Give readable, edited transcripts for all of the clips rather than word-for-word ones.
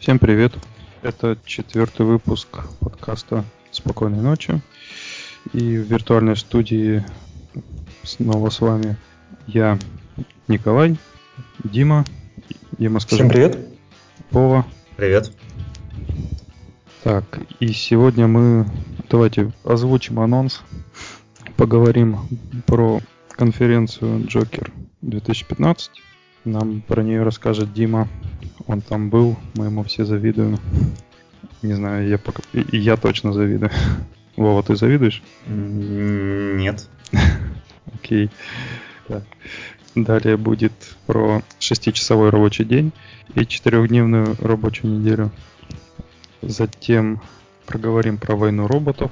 Всем привет! Это 4-й выпуск подкаста «Спокойной ночи». И в виртуальной студии снова с вами я, Николай, Дима. Дима, скажи. Всем привет! Вова. Привет! Так, и сегодня давайте озвучим анонс. Поговорим про конференцию Джокер 2015. Нам про нее расскажет Дима. Он там был, мы ему все завидуем. Не знаю, я точно завидую. Вова, ты завидуешь? Нет. Окей. Так. Далее будет про 6-часовой рабочий день и 4-дневную рабочую неделю. Затем проговорим про войну роботов.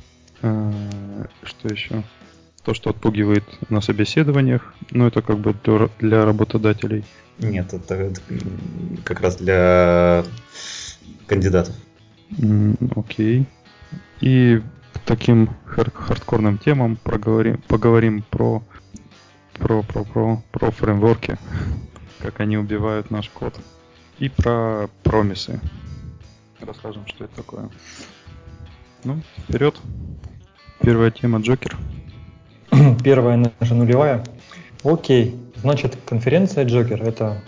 Что еще? То, что отпугивает на собеседованиях. Но это как бы для работодателей. Нет, это как раз для кандидатов. Окей. И к таким хардкорным темам поговорим про фреймворки, как они убивают наш код. И про промисы. Расскажем, что это такое. Ну, вперед. Первая тема Джокер. Первая наша нулевая. Окей. Значит, конференция Джокер — это,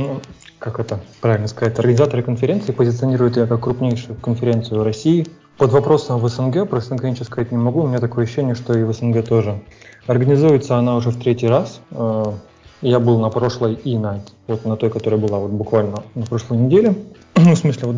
как это правильно сказать, организаторы конференции позиционируют ее как крупнейшую конференцию в России. Под вопросом в СНГ, про СНГ ничего сказать не могу, у меня такое ощущение, что и в СНГ тоже. Организуется она уже в 3-й раз. Я был на прошлой и на той, которая была буквально на прошлой неделе. В смысле,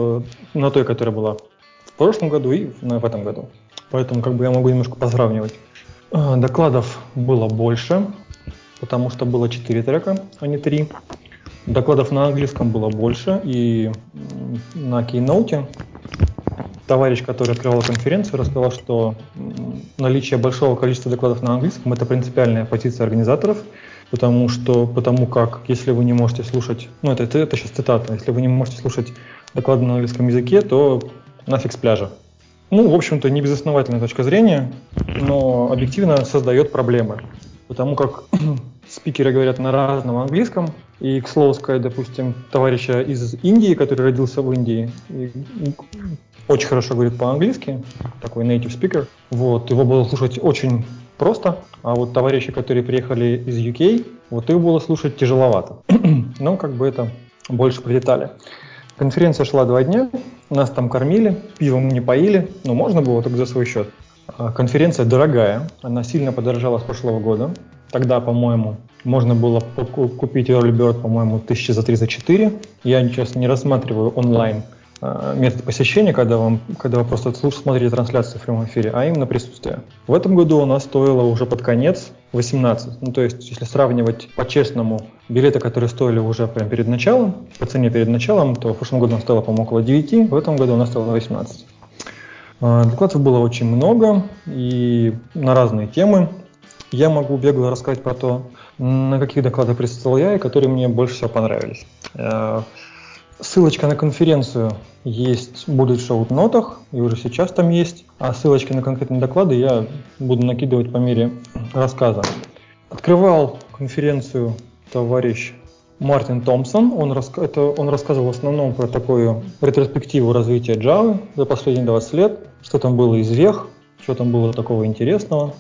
на той, которая была в прошлом году и в этом году. Поэтому я могу немножко посравнивать. Докладов было больше, потому что было 4 трека, а не 3. Докладов на английском было больше, и на кейноуте товарищ, который открывал конференцию, рассказал, что наличие большого количества докладов на английском — это принципиальная позиция организаторов, потому как если вы не можете слушать, это сейчас цитата, если вы не можете слушать доклады на английском языке, то нафиг с пляжа. В общем-то, не безосновательная точка зрения, но объективно создает проблемы. Потому как спикеры говорят на разном английском, и, к слову сказать, допустим, товарища из Индии, который родился в Индии, очень хорошо говорит по-английски, такой native speaker, его было слушать очень просто, а вот товарищи, которые приехали из UK, их было слушать тяжеловато. Но это больше про детали. Конференция шла 2 дня, нас там кормили, пивом не поили, но можно было только за свой счет. Конференция дорогая, она сильно подорожала с прошлого года. Тогда, по-моему, можно было купить Early Bird, по-моему, 1000 за 3-4. Я сейчас не рассматриваю онлайн метод посещения, когда вы просто смотрите трансляцию в прямом эфире, а именно присутствие. В этом году она стоила уже под конец 18. То есть, если сравнивать по-честному билеты, которые стоили уже прямо перед началом, по цене перед началом, то в прошлом году она стоила, по-моему, около 9, в этом году она стоила 18. Докладов было очень много и на разные темы. Я могу бегло рассказать про то, на каких докладах присутствовал я и которые мне больше всего понравились. Ссылочка на конференцию будет в шоу-нотах, и уже сейчас там есть. А ссылочки на конкретные доклады я буду накидывать по мере рассказа. Открывал конференцию товарищ Мартин Томпсон. Он рассказывал в основном про такую ретроспективу развития Java за последние 20 лет, что там было из вех, что там было такого интересного.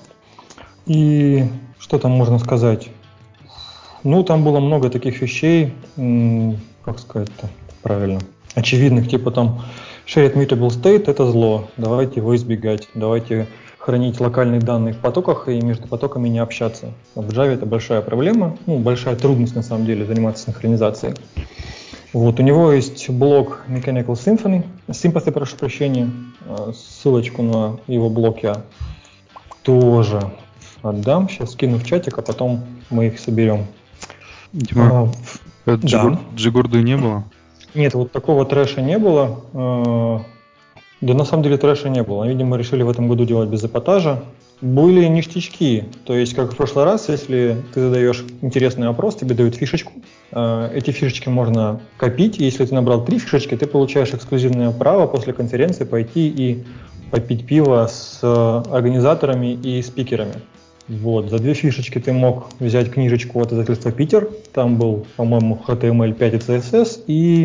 И что там можно сказать? Там было много таких вещей, как сказать-то правильно, очевидных, типа там shared mutable state — это зло, давайте его избегать, давайте хранить локальные данные в потоках и между потоками не общаться. В Java это большая проблема, большая трудность на самом деле заниматься синхронизацией. У него есть блог Mechanical Sympathy, прошу прощения, ссылочку на его блог я тоже отдам, сейчас скину в чатик, а потом мы их соберем. Дима, Джигурды не было? Нет, такого трэша не было. Да, на самом деле трэша не было. Видимо, решили в этом году делать без эпатажа. Были ништячки. То есть, как в прошлый раз, если ты задаешь интересный вопрос, тебе дают фишечку. Эти фишечки можно копить. И если ты набрал 3 фишечки, ты получаешь эксклюзивное право после конференции пойти и попить пиво с организаторами и спикерами. За 2 фишечки ты мог взять книжечку от издательства «Питер». Там был, по-моему, HTML5 и CSS и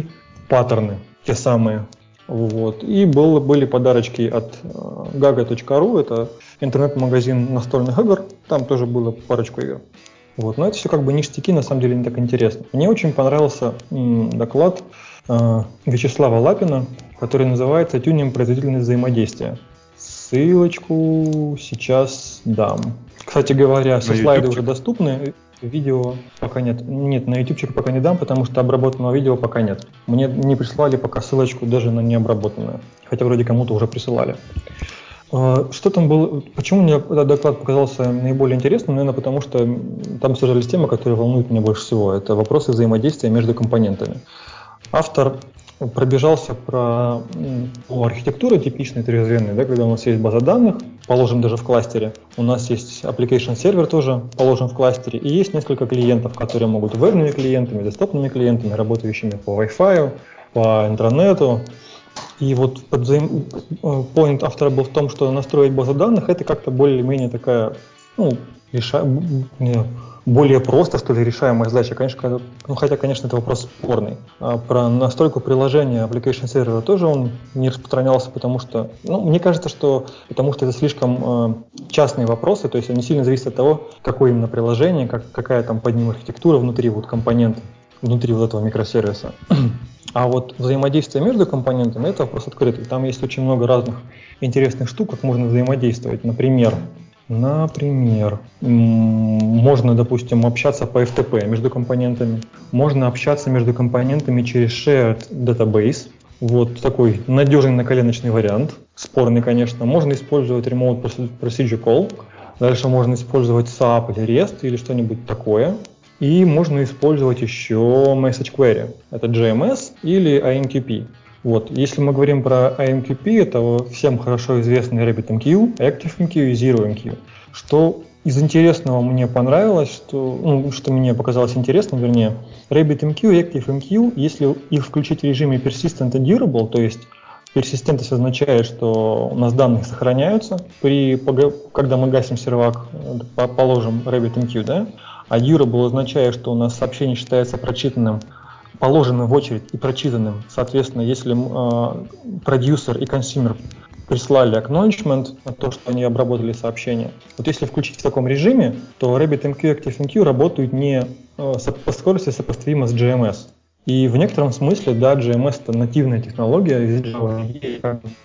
паттерны, те самые. Вот. И были подарочки от gaga.ru, это интернет-магазин настольных игр, там тоже было парочку игр. Вот. Но это все как бы ништяки, на самом деле не так интересно. Мне очень понравился доклад Вячеслава Лапина, который называется «Тюнинг производительности взаимодействия». Ссылочку сейчас дам. Кстати говоря, все слайды уже доступны, видео пока нет. Нет, на ютубчик пока не дам, потому что обработанного видео пока нет. Мне не прислали пока ссылочку даже на необработанное, хотя вроде кому-то уже присылали. Что там было? Почему мне этот доклад показался наиболее интересным? Наверное, потому что там содержались темы, которые волнуют меня больше всего. Это вопросы взаимодействия между компонентами. Автор пробежался по архитектуре типичной трезвенной, да, когда у нас есть база данных, положим даже в кластере, у нас есть application сервер тоже положим в кластере, и есть несколько клиентов, которые могут быть вебными клиентами, десктопными клиентами, работающими по Wi-Fi, по интернету. И вот point автора был в том, что настроить базу данных это как-то более-менее такая, более просто, что ли, решаемая задача. Конечно, хотя, конечно, это вопрос спорный. Про настройку приложения application сервера тоже он не распространялся, потому что, мне кажется, что потому что это слишком частные вопросы, то есть они сильно зависят от того, какое именно приложение, какая там под ним архитектура внутри вот компонент, внутри вот этого микросервиса. А вот взаимодействие между компонентами – это вопрос открытый. Там есть очень много разных интересных штук, как можно взаимодействовать. Например, можно, допустим, общаться по FTP между компонентами, можно общаться между компонентами через shared database, вот такой надежный наколеночный вариант, спорный, конечно. Можно использовать remote procedure call, дальше можно использовать SAP или REST или что-нибудь такое. И можно использовать еще message query, это JMS или AMQP. Вот. Если мы говорим про AMQP, это всем хорошо известный RabbitMQ, ActiveMQ и ZeroMQ. Что из интересного мне понравилось, что мне показалось интересным, вернее, RabbitMQ и ActiveMQ, если их включить в режиме persistent and durable, то есть persistentность означает, что у нас данные сохраняются, когда мы гасим сервак, положим RabbitMQ, да? А durable означает, что у нас сообщение считается прочитанным, положенным в очередь и прочитанным. Соответственно, если продюсер и консюмер прислали acknowledgement на то, что они обработали сообщение, вот если включить в таком режиме, то RabbitMQ и ActiveMQ работают не по скорости сопоставимо с JMS. И в некотором смысле, да, JMS это нативная технология из Java, и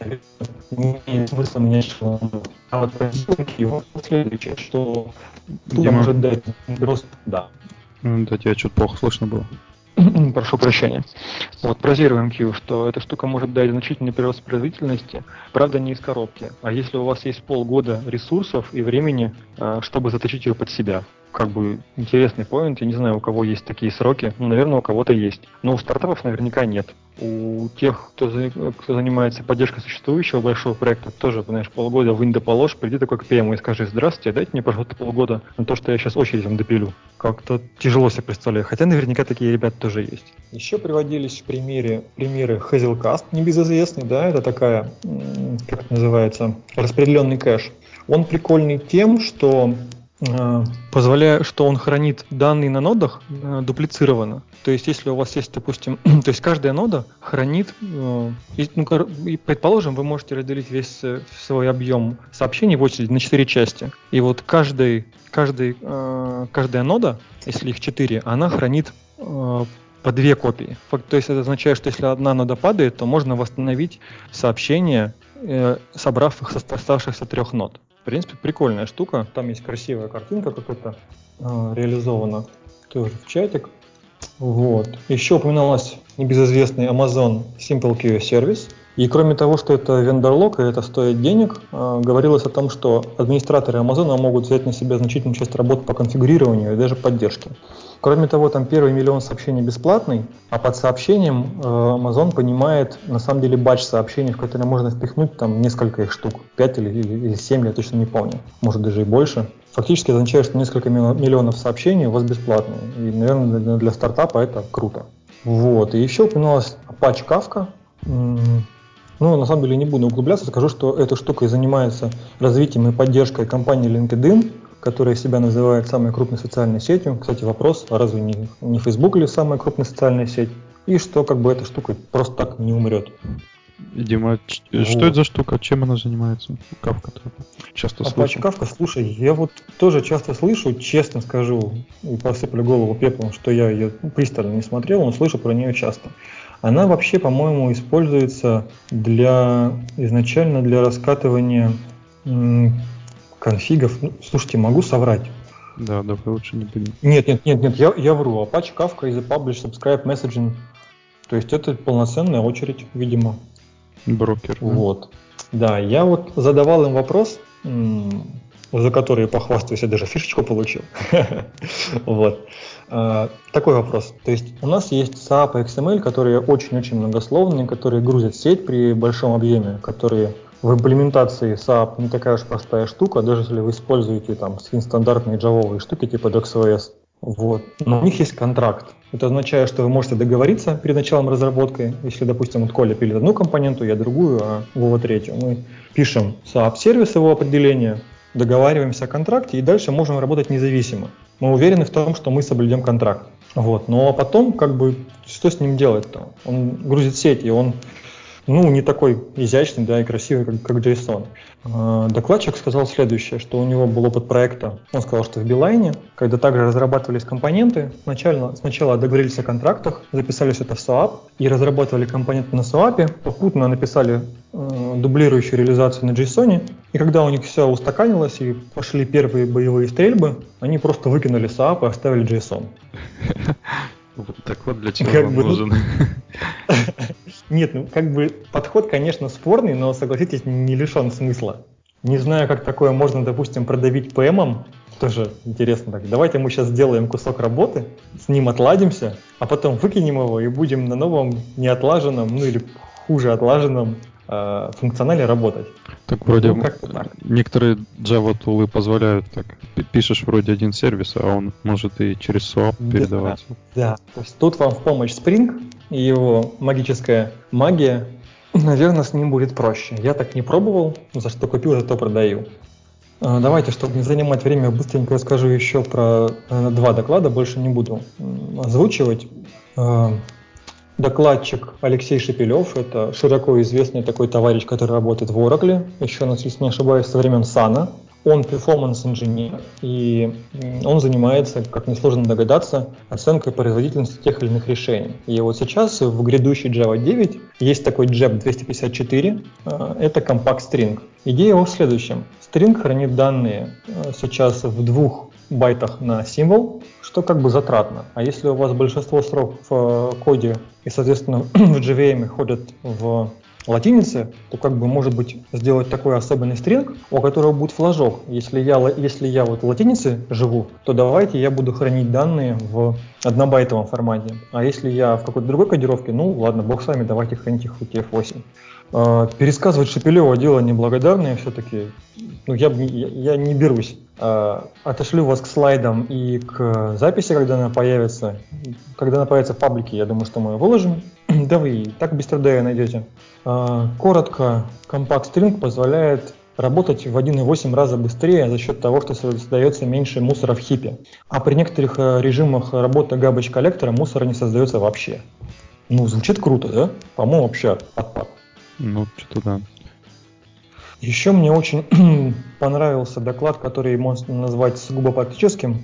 не имеет смысла менять что-то. А вот ActiveMQ следующее, что Дима, может дать просто да. Да, тебя что-то плохо слышно было. Прошу прощения. Вот про ZeroMQ, что эта штука может дать значительный прирост производительности, правда не из коробки, а если у вас есть полгода ресурсов и времени, чтобы заточить ее под себя. Как бы интересный поинт, я не знаю, у кого есть такие сроки, наверное, у кого-то есть, но у стартапов наверняка нет. У тех, кто занимается поддержкой существующего большого проекта, тоже, знаешь, полгода вынь да положь, приди такой к PM и скажи: здравствуйте, дайте мне, пожалуйста, полгода на то, что я сейчас очередь вам допилю. Как-то тяжело себе представляю, хотя наверняка такие ребята тоже есть. Еще приводились примеры Hazelcast, небезызвестный, да, это такая, как это называется, распределенный кэш. Он прикольный тем, что что он хранит данные на нодах дуплицированно. То есть, если у вас есть, допустим, то есть каждая нода хранит, предположим, вы можете разделить весь свой объем сообщений в очередь на 4 части. И вот каждая нода, если их 4, она хранит по 2 копии. То есть это означает, что если одна нода падает, то можно восстановить сообщение, собрав их с оставшихся 3 нод. В принципе, прикольная штука. Там есть красивая картинка какая-то реализована. Тоже в чатик. Вот. Еще упоминалось небезызвестный Amazon SimpleQA сервис. И кроме того, что это вендор-лок и это стоит денег, говорилось о том, что администраторы Amazon могут взять на себя значительную часть работы по конфигурированию и даже поддержке. Кроме того, там первый миллион сообщений бесплатный, а под сообщением Amazon понимает на самом деле батч сообщений, в которые можно впихнуть там несколько их штук, 5 или 7, я точно не помню, может даже и больше. Фактически это означает, что несколько миллионов сообщений у вас бесплатные. И, наверное, для стартапа это круто. Вот. И еще упоминалась Apache Kafka. На самом деле не буду углубляться, скажу, что эта штукой занимается развитием и поддержкой компании LinkedIn, которая себя называет самой крупной социальной сетью. Кстати, вопрос, а разве не Facebook ли самая крупная социальная сеть? и что как бы эта штука просто так не умрет. Дима, что это за штука? Чем она занимается? Кавка часто слышу. Apache Kafka, слушай, я вот тоже часто слышу, честно скажу, и посыплю голову пеплом, что я ее пристально не смотрел, но слышу про нее часто. Она вообще, по-моему, используется изначально для раскатывания конфигов. Слушайте, могу соврать. Да, давай лучше не будем. Нет, я вру. Apache Kafka is a publish, subscribe, messaging. То есть это полноценная очередь, видимо. Брокер. Вот. Да, я вот задавал им вопрос, за который, похвастаюсь, я даже фишечку получил. Вот. Такой вопрос. То есть у нас есть SAP и XML, которые очень-очень многословные, которые грузят сеть при большом объеме, которые в имплементации SAP не такая уж простая штука, даже если вы используете там стандартные джавовые штуки типа JSON. Вот. Но у них есть контракт. Это означает, что вы можете договориться перед началом разработки. Если, допустим, вот Коля пилит одну компоненту, я другую, а Вова третью. Мы пишем SAP-сервис, его определение, договариваемся о контракте и дальше можем работать независимо. Мы уверены в том, что мы соблюдем контракт. Вот. Но потом, как бы, что с ним делать-то? Он грузит сеть, и он не такой изящный, да, и красивый, как JSON. Докладчик сказал следующее, что у него был опыт проекта. Он сказал, что в Билайне, когда также разрабатывались компоненты, сначала договорились о контрактах, записали все это в SOAP и разрабатывали компоненты на SOAP, попутно написали дублирующую реализацию на JSON, и когда у них все устаканилось и пошли первые боевые стрельбы, они просто выкинули SOAP и оставили JSON. Так вот для чего он нужен. Нет, подход, конечно, спорный, но, согласитесь, не лишен смысла. Не знаю, как такое можно, допустим, продавить ПМом. Тоже интересно так. Давайте мы сейчас сделаем кусок работы, с ним отладимся, а потом выкинем его и будем на новом неотлаженном, или хуже отлаженном функционале работать. Так вроде некоторые Java тулы позволяют так. Пишешь вроде один сервис, а он может и через SOAP передаваться. Да. То есть тут вам в помощь Spring и его магическая магия. Наверное, с ним будет проще. Я так не пробовал, за что купил, зато продаю. Давайте, чтобы не занимать время, быстренько расскажу еще про 2 доклада, больше не буду озвучивать. Докладчик Алексей Шепелев, это широко известный такой товарищ, который работает в Oracle, еще, если не ошибаюсь, со времен Сана. Он перформанс-инженер, и он занимается, как несложно догадаться, оценкой производительности тех или иных решений. И вот сейчас в грядущей Java 9 есть такой JEP 254, это Compact String. Идея его в следующем. String хранит данные сейчас в 2 байтах на символ, что как бы затратно. А если у вас большинство строк в коде и, соответственно, в JVM ходят в латинице, то как бы может быть сделать такой особенный стринг, у которого будет флажок. Если я вот в латинице живу, то давайте я буду хранить данные в однобайтовом формате. А если я в какой-то другой кодировке, ладно, бог с вами, давайте хранить их в UTF-8. Пересказывать Шепелева дело неблагодарное все-таки. Я не берусь. Отошлю вас к слайдам и к записи, когда она появится. Когда она появится в паблике, я думаю, что мы ее выложим. Да вы и так без труда ее найдете. Коротко, Compact String позволяет работать в 1,8 раза быстрее за счет того, что создается меньше мусора в хипе. А при некоторых режимах работы garbage коллектора мусора не создается вообще. Звучит круто, да? По-моему, вообще отпад. Что-то да. Еще мне очень понравился доклад, который можно назвать сугубо практическим,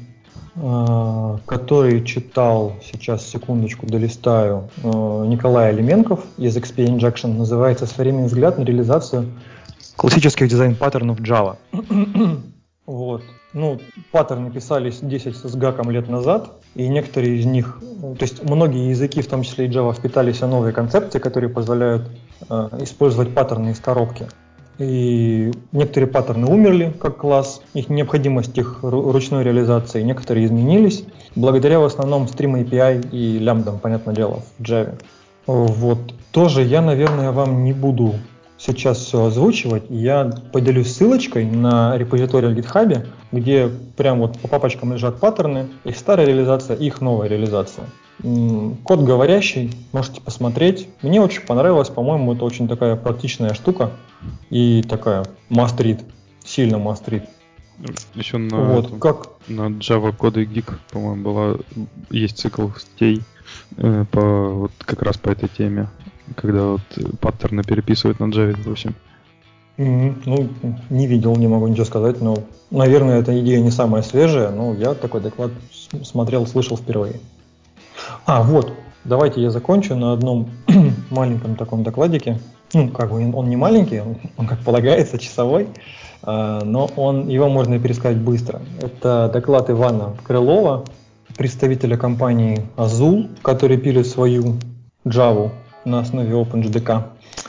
который читал, сейчас секундочку долистаю, Николай Алименков из XP Injection, называется «Современный взгляд на реализацию классических дизайн-паттернов Java». Вот. Паттерны писались 10 с гаком лет назад, и некоторые из них, то есть многие языки, в том числе и Java, впитались в новые концепции, которые позволяют использовать паттерны из коробки. И некоторые паттерны умерли как класс, их необходимость их ручной реализации, некоторые изменились, благодаря в основном Stream API и лямбдам, понятное дело, в Java. Вот. Тоже я, наверное, вам не буду сейчас все озвучивать. Я поделюсь ссылочкой на репозиторий в GitHub, где прям вот по папочкам лежат паттерны, их старая реализация, их новая реализация. Код говорящий, можете посмотреть. Мне очень понравилось, по-моему, это очень такая практичная штука и такая must read, сильно must read. Еще Вот, как... на Java Code Geek, по-моему, есть цикл статей вот как раз по этой теме, когда вот паттерны переписывают на Java 8. Ну, не видел, не могу ничего сказать, но, наверное, эта идея не самая свежая, но я такой доклад смотрел, слышал впервые. Вот, давайте я закончу на одном маленьком таком докладике. Ну, как бы он не маленький, он как полагается, часовой, но его можно пересказать быстро. Это доклад Ивана Крылова, представителя компании Azul, который пилит свою Java на основе OpenJDK.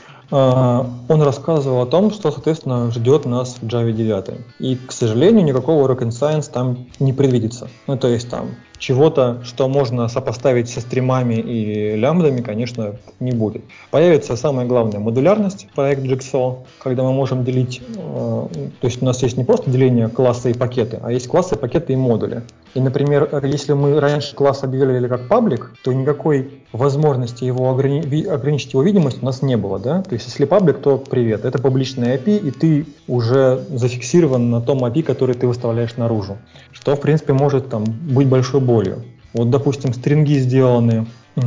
Он рассказывал о том, что, соответственно, ждет нас в Java 9. И, к сожалению, никакого rocket science там не предвидится. Ну, то есть там чего-то, что можно сопоставить со стримами и лямбдами, конечно, не будет. Появится самое главное — модулярность, проект Jigsaw, когда мы можем делить, то есть у нас есть не просто деление класса и пакеты, а есть классы, пакеты и модули. И, например, если мы раньше класс объявляли как паблик, то никакой возможности его ограничить его видимость у нас не было, да? То есть если паблик, то привет, это публичный API, и ты уже зафиксирован на том API, который ты выставляешь наружу, что, в принципе, может там быть большой болью. Вот, допустим, стринги сделаны,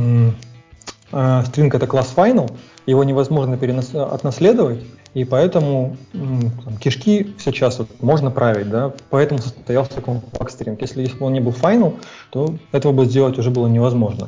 стринг — это класс final, его невозможно отнаследовать, и поэтому кишки сейчас вот можно править, да, поэтому состоялся compact string. Если бы он не был final, то этого бы сделать уже было невозможно.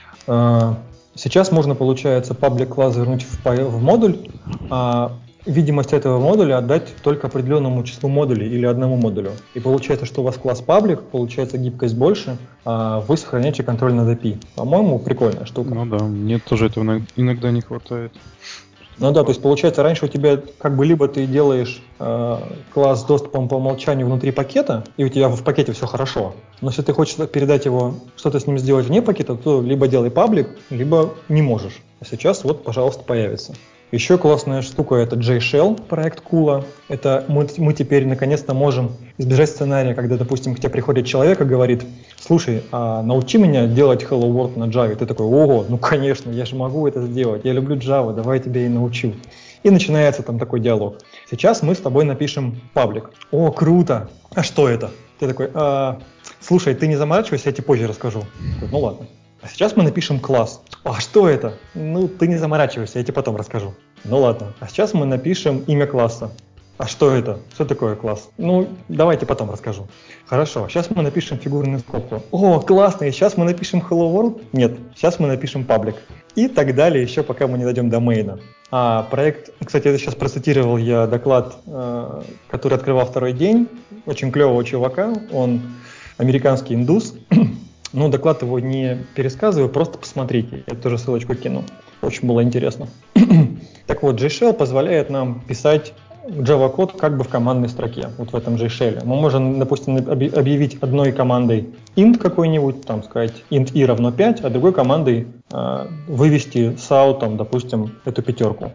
Сейчас можно, получается, public класс вернуть в модуль, а видимость этого модуля отдать только определенному числу модулей или одному модулю. И получается, что у вас класс public, получается гибкость больше, а вы сохраняете контроль над API. По-моему, прикольная штука. Ну да, мне тоже этого иногда не хватает. Ну да, то есть получается, раньше у тебя как бы либо ты делаешь класс с доступом по умолчанию внутри пакета, и у тебя в пакете все хорошо. Но если ты хочешь передать его, что-то с ним сделать вне пакета, то либо делай паблик, либо не можешь. А сейчас вот, пожалуйста, появится. Еще классная штука — это JShell, проект Кула. Это мы теперь наконец-то можем избежать сценария, когда, допустим, к тебе приходит человек и говорит: слушай, научи меня делать Hello World на Java. И ты такой: ого, ну конечно, я же могу это сделать, я люблю Java, давай я тебя и научу. И начинается там такой диалог. Сейчас мы с тобой напишем паблик. О, круто! А что это? Ты такой: слушай, ты не заморачивайся, я тебе позже расскажу. Такой: ну ладно. А сейчас мы напишем класс. А что это? Ну, ты не заморачивайся, я тебе потом расскажу. Ну ладно. А сейчас мы напишем имя класса. А что это? Что такое класс? Ну, давайте потом расскажу. Хорошо, сейчас мы напишем фигурную скобку. О, классно, и сейчас мы напишем Hello World? Нет, сейчас мы напишем public. И так далее, еще пока мы не дойдем до мейна. Проект, кстати, это сейчас процитировал я доклад, который открывал второй день. Очень клевого чувака, он американский индус. Ну, доклад его не пересказываю, просто посмотрите. Я тоже ссылочку кину. Очень было интересно. Так вот, JShell позволяет нам писать Java код как бы в командной строке, вот в этом JShell. Мы можем, допустим, объявить одной командой int какой-нибудь, там сказать int i равно 5, а другой командой вывести с аутом, допустим, эту пятерку.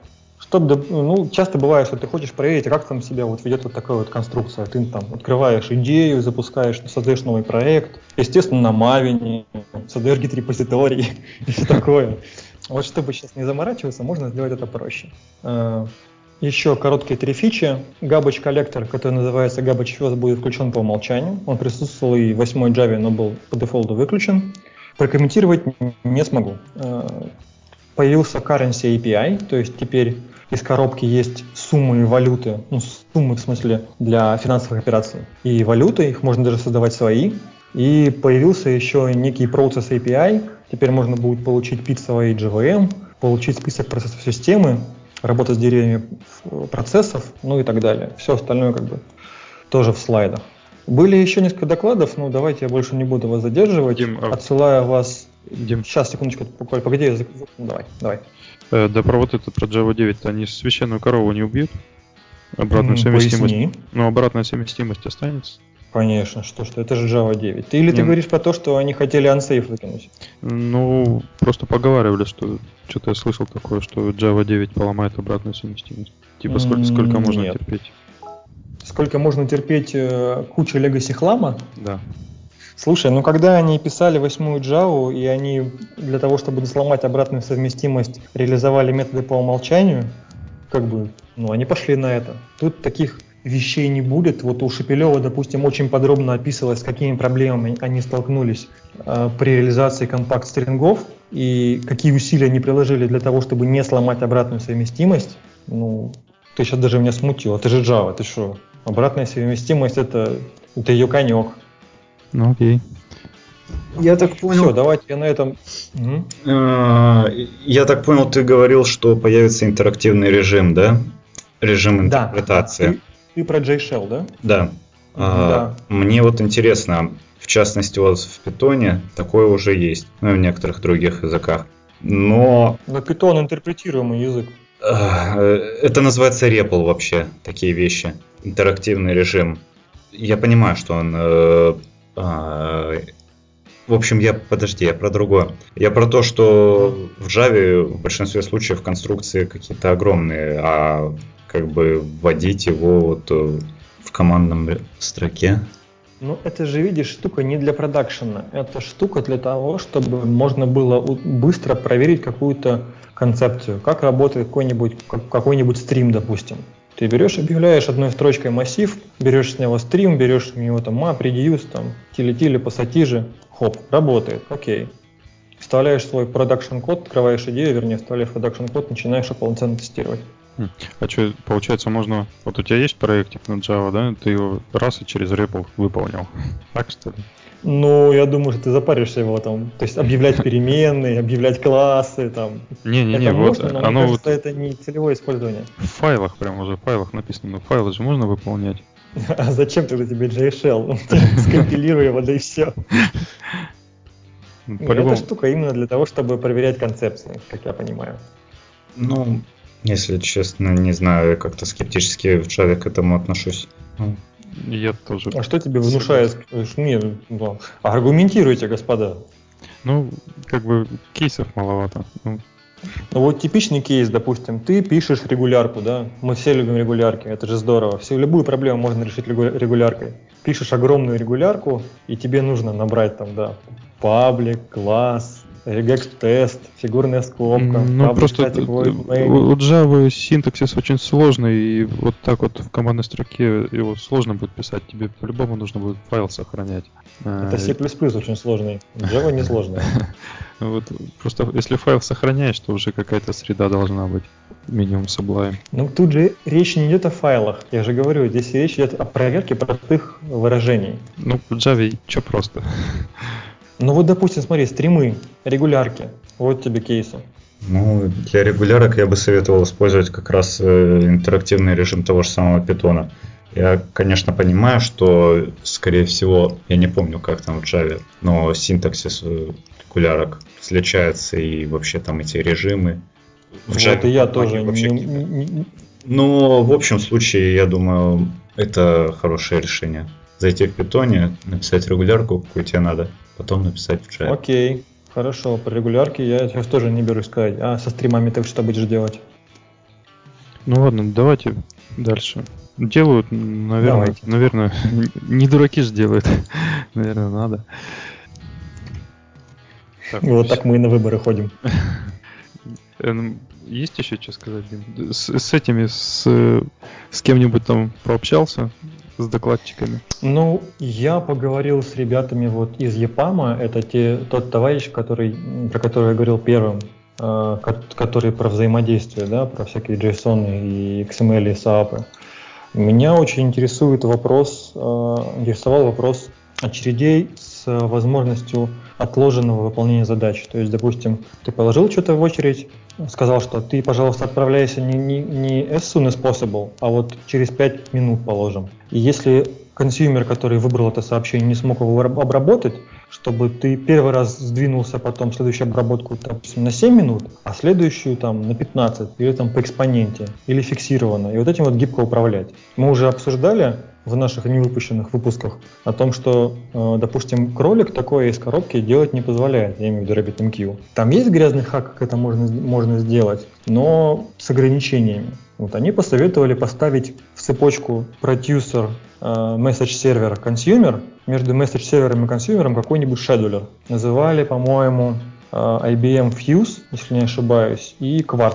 Часто бывает, что ты хочешь проверить, как там себя вот ведет вот такая вот конструкция. Ты там открываешь идею, запускаешь, создаешь новый проект, естественно, на Maven, создаешь гит-репозиторий и все такое. Вот чтобы сейчас не заморачиваться, можно сделать это проще. Еще короткие 3 фичи. Garbage коллектор, который называется Garbage First, будет включен по умолчанию. Он присутствовал и в 8 Java, но был по дефолту выключен. Прокомментировать не смогу. Появился Currency API, то есть теперь из коробки есть суммы и валюты, суммы в смысле для финансовых операций и валюты, их можно даже создавать свои. И появился еще некий Process API, теперь можно будет получить Pizza JVM, получить список процессов системы, работать с деревьями процессов, ну и так далее. Все остальное как бы тоже в слайдах. Были еще несколько докладов, но давайте я больше не буду вас задерживать. Дим, отсылаю вас... Дим. Сейчас, секундочку, погоди, давай. Да про вот это, про Java 9, они священную корову не убьют? Обратную совместимость. Поясни. Ну, обратная совместимость останется? Конечно, что это же Java 9. Ты говоришь про то, что они хотели unsafe выкинуть? Ну, просто поговаривали, что что-то я слышал такое, что Java 9 поломает обратную совместимость. Типа сколько можно терпеть? Сколько можно терпеть кучу legacy хлама? Да. Слушай, когда они писали 8-ю Java, и они для того, чтобы не сломать обратную совместимость, реализовали методы по умолчанию, они пошли на это. Тут таких вещей не будет. Вот у Шепелева, допустим, очень подробно описывалось, с какими проблемами они столкнулись при реализации компакт-стрингов и какие усилия они приложили для того, чтобы не сломать обратную совместимость. Ну, ты сейчас даже меня смутил. Это же Java, ты что? Обратная совместимость это ее конек. Ну окей. Я так понял. Все, давайте я на этом. Я так понял, ты говорил, что появится интерактивный режим, да? Режим интерпретации. Да. Ты про JShell, да? Да. Да. Мне вот интересно, в частности, у вас в Python такое уже есть, ну и в некоторых других языках. Но Python интерпретируемый язык. Это называется REPL вообще, такие вещи. Интерактивный режим. Я понимаю, что он... В общем, я про другое. Я про то, что в Java в большинстве случаев конструкции какие-то огромные, а как бы вводить его вот в командном строке. Ну, это же, видишь, штука не для продакшена. Это штука для того, чтобы можно было быстро проверить какую-то концепцию. Как работает какой-нибудь стрим, допустим. Ты берешь, объявляешь одной строчкой массив, берешь с него стрим, берешь с него там map, reduce, там, тили-тили, пассатижи, хоп, работает, окей. Вставляешь свой продакшн код, открываешь идею, вернее, вставляешь продакшн код, начинаешь его полноценно тестировать. А что, получается, можно... Вот у тебя есть проектик на Java, да? Ты его раз и через REPL выполнил. Так, что ли? Ну, я думаю, что ты запаришься его там. То есть объявлять переменные, объявлять классы там. Не-не-не, это вот можно, но оно мне кажется, вот это не целевое использование. в файлах прям уже, в файлах написано. Но файлы же можно выполнять. А зачем тогда тебе JShell? Скомпилируй его, да и все. Эта штука именно для того, чтобы проверять концепции, как я понимаю. Ну, если честно, не знаю, я как-то скептически в Java к этому отношусь. Я тоже. А что тебе внушает? Аргументируйте, господа. Ну, как бы кейсов маловато. Ну вот типичный кейс, допустим, ты пишешь регулярку, да? Мы все любим регулярки, это же здорово. Любую проблему можно решить регуляркой. Пишешь огромную регулярку, и тебе нужно набрать там, да, паблик, класс, regex-тест, фигурная скобка. Ну просто у Java синтаксис очень сложный, и вот так вот в командной строке его сложно будет писать. Тебе по-любому нужно будет файл сохранять. Это C++ очень сложный, Java не сложный. Вот просто если файл сохраняешь, то уже какая-то среда должна быть. Минимум Sublime. Ну тут же речь не идет о файлах. Я же говорю, здесь речь идет о проверке простых выражений. Ну в Java что просто? Ну вот, допустим, смотри, стримы, регулярки. Вот тебе кейсы. Ну, для регулярок я бы советовал использовать как раз интерактивный режим того же самого Python. Я, конечно, понимаю, что, скорее всего, я не помню, как там в Java, но синтаксис регулярок сличается и вообще там эти режимы. В Java вот и я тоже Но в общем случае, я думаю, это хорошее решение. Зайти в Python, написать регулярку, какую тебе надо, потом написать в Java. Окей, хорошо, про регулярки я сейчас тоже не берусь сказать. А со стримами ты что будешь делать? Ну ладно, давайте дальше. Делают, наверное, не дураки же делают. Наверное, надо. Так, вот так мы и на выборы ходим. Есть еще что сказать, Дим? С кем-нибудь там пообщался? С докладчиками? Ну, я поговорил с ребятами вот из EPAM, это тот товарищ, про который я говорил первым, который про взаимодействие, да, про всякие JSON и XML и SAP. Меня очень интересовал вопрос очередей с возможностью отложенного выполнения задач. То есть, допустим, ты положил что-то в очередь, сказал, что ты, пожалуйста, отправляйся не as soon as possible, а вот через 5 минут положим. И если консюмер, который выбрал это сообщение, не смог его обработать, чтобы ты первый раз сдвинулся потом следующую обработку, допустим, на 7 минут, а следующую там на 15, или там по экспоненте, или фиксированно. И вот этим вот гибко управлять. Мы уже обсуждали в наших невыпущенных выпусках о том, что, допустим, кролик такое из коробки делать не позволяет, я имею в виду RabbitMQ. Там есть грязный хак, как это можно сделать, но с ограничениями. Вот они посоветовали поставить в цепочку producer, message server, consumer, между message сервером и консюмером какой-нибудь шедулер. Называли, по-моему, IBM Fuse, если не ошибаюсь, и Quartz.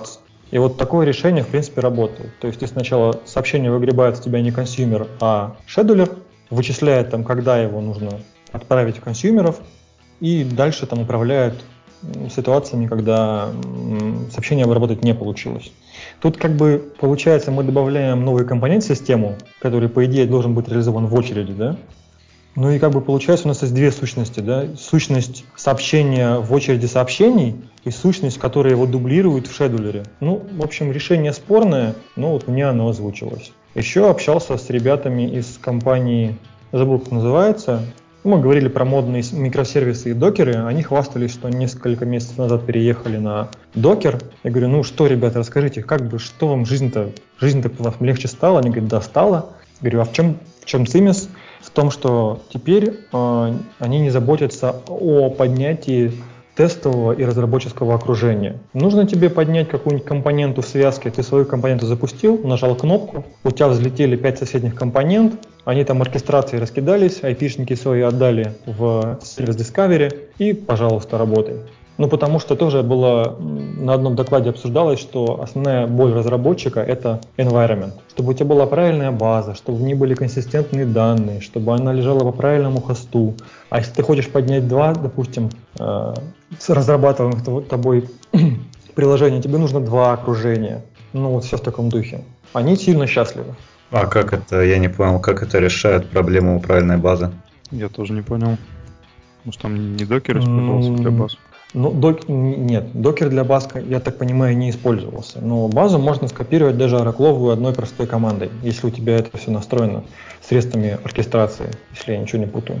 И вот такое решение, в принципе, работает. То есть ты сначала сообщение выгребает с тебя не консюмер, а шедулер, вычисляет там, когда его нужно отправить в консюмеров, и дальше там управляет ситуациями, когда сообщение обработать не получилось. Тут как бы получается, мы добавляем новый компонент в систему, который, по идее, должен быть реализован в очереди, да? Ну и как бы получается у нас есть две сущности, да? Сущность сообщения в очереди сообщений и сущность, которая его дублирует в шедулере. Ну, в общем, решение спорное, но вот мне оно озвучилось. Еще общался с ребятами из компании, забыл, как называется. Мы говорили про модные микросервисы и докеры. Они хвастались, что несколько месяцев назад переехали на докер. Я говорю, ну что, ребята, расскажите, как бы, что вам жизнь-то вам легче стала? Они говорят, да, стало. Я говорю, а в чем цимис? В том, что теперь они не заботятся о поднятии тестового и разработческого окружения. Нужно тебе поднять какую-нибудь компоненту в связке, ты свою компоненту запустил, нажал кнопку, у тебя взлетели 5 соседних компонент, они там оркестрации раскидались, айпишники свои отдали в сервис Discovery и, пожалуйста, работай. Ну, потому что тоже было на одном докладе обсуждалось, что основная боль разработчика – это environment. Чтобы у тебя была правильная база, чтобы в ней были консистентные данные, чтобы она лежала по правильному хосту. А если ты хочешь поднять два, допустим, с разрабатываемых тобой приложений, тебе нужно два окружения. Ну, вот все в таком духе. Они сильно счастливы. А как это, я не понял, как это решает проблему правильной базы? Я тоже не понял. Может, там не докер использовался для баз? Ну, нет, докер для баз, я так понимаю, не использовался. Но базу можно скопировать даже оракловую одной простой командой, если у тебя это все настроено средствами оркестрации, если я ничего не путаю.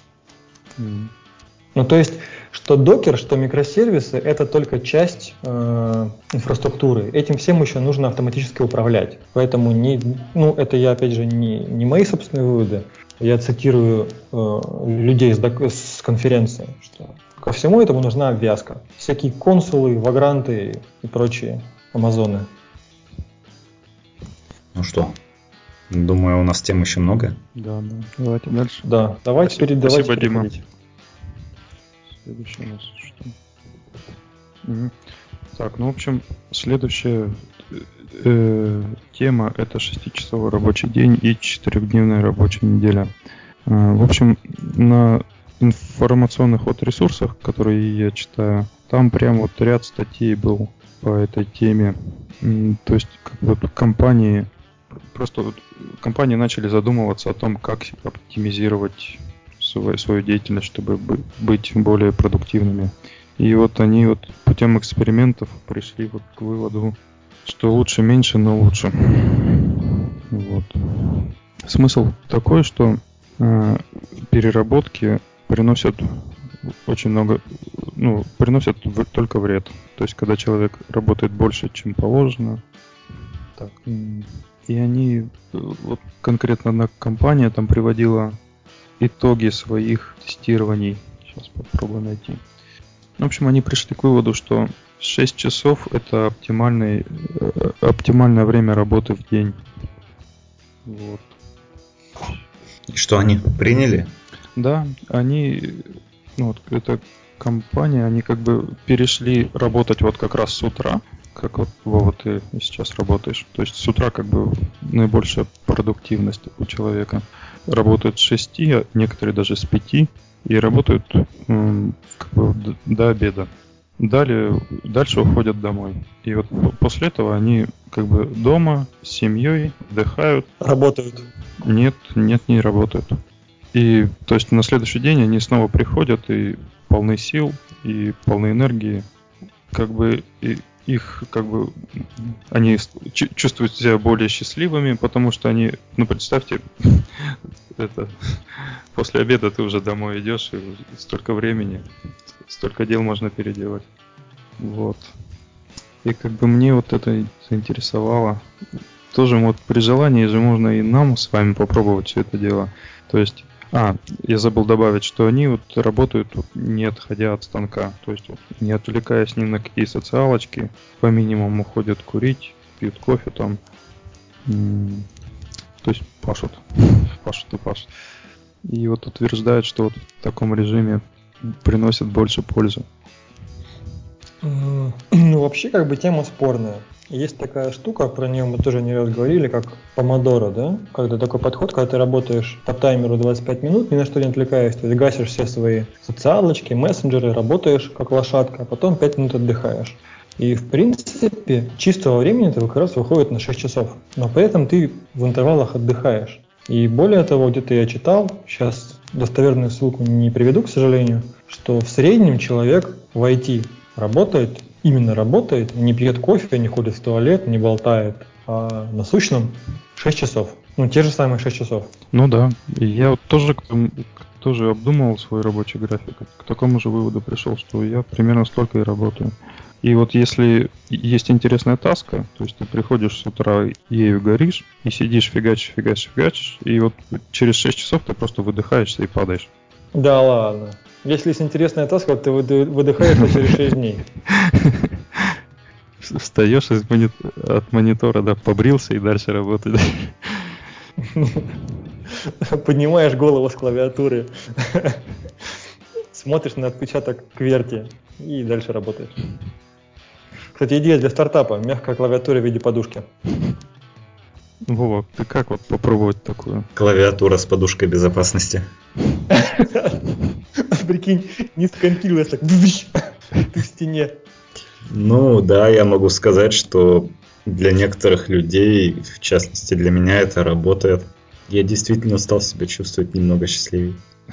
Ну, то есть, что докер, что микросервисы – это только часть инфраструктуры. Этим всем еще нужно автоматически управлять. Поэтому, это я, опять же, не мои собственные выводы. Я цитирую людей с конференции, что ко всему этому нужна обвязка. Всякие консулы, вагранты и прочие амазоны. Ну что, думаю, у нас тем еще много. Да. Давайте дальше. Да, давайте Спасибо, Дима. переходить. Следующее у нас что? Так, ну, в общем, следующая тема – это 6-часовой рабочий день и 4-дневная рабочая неделя. В общем, на информационных ресурсах, которые я читаю, там прям вот ряд статей был по этой теме. То есть, как бы компании начали задумываться о том, как оптимизировать свою деятельность, чтобы быть более продуктивными. И вот они путем экспериментов пришли к выводу, что лучше меньше, но лучше. Вот. Смысл такой, что переработки приносят очень много, приносят только вред. То есть, когда человек работает больше, чем положено, так, и они, вот конкретно одна компания там приводила итоги своих тестирований. Сейчас попробую найти. В общем, они пришли к выводу, что 6 часов это оптимальное время работы в день. Вот. И что они приняли? Да, эта компания, они как бы перешли работать вот как раз с утра, как вот, Вова, ты сейчас работаешь. То есть с утра как бы наибольшая продуктивность у человека. Работают с 6, а некоторые даже с 5, и работают как бы до обеда. Дальше уходят домой. И вот после этого они как бы дома с семьей отдыхают. Работают. Нет, не работают. И то есть на следующий день они снова приходят и полны сил, и полны энергии. Как бы они чувствуют себя более счастливыми, потому что они, представьте, после обеда ты уже домой идешь, и столько времени, столько дел можно переделать. Вот. И как бы мне вот это заинтересовало. Тоже вот при желании же можно и нам с вами попробовать все это дело. То есть, я забыл добавить, что они работают не отходя от станка. То есть не отвлекаясь ни на какие социалочки, по минимуму ходят курить, пьют кофе там. То есть пашут. И вот утверждают, что вот в таком режиме приносит больше пользы. Ну, вообще, как бы тема спорная. Есть такая штука, про нее мы тоже не раз говорили, как помодоро, да? Когда такой подход, когда ты работаешь по таймеру 25 минут, ни на что не отвлекаясь, ты гасишь все свои социалочки, мессенджеры, работаешь как лошадка, а потом 5 минут отдыхаешь. И, в принципе, чистого времени это как раз выходит на 6 часов. Но при этом ты в интервалах отдыхаешь. И более того, где-то я читал, сейчас достоверную ссылку не приведу, к сожалению, что в среднем человек в IT работает, именно работает, не пьет кофе, не ходит в туалет, не болтает, а насущном 6 часов. Ну, те же самые 6 часов. Ну да. И я вот тоже обдумывал свой рабочий график. К такому же выводу пришел, что я примерно столько и работаю. И вот если есть интересная таска, то есть ты приходишь с утра, ею горишь, и сидишь, фигачишь, и вот через 6 часов ты просто выдыхаешься и падаешь. Да ладно. Если есть интересная таска, ты выдыхаешь через 6 дней. Встаешь от монитора, да, побрился и дальше работаешь. Поднимаешь голову с клавиатуры, смотришь на отпечаток QWERTY и дальше работаешь. Кстати, идея для стартапа. Мягкая клавиатура в виде подушки. Вова, ты как вот попробовать такую? Клавиатура с подушкой безопасности. Прикинь, не скомпилилась, так ты в стене. Ну да, я могу сказать, что для некоторых людей, в частности для меня, это работает. Я действительно стал себя чувствовать немного счастливее.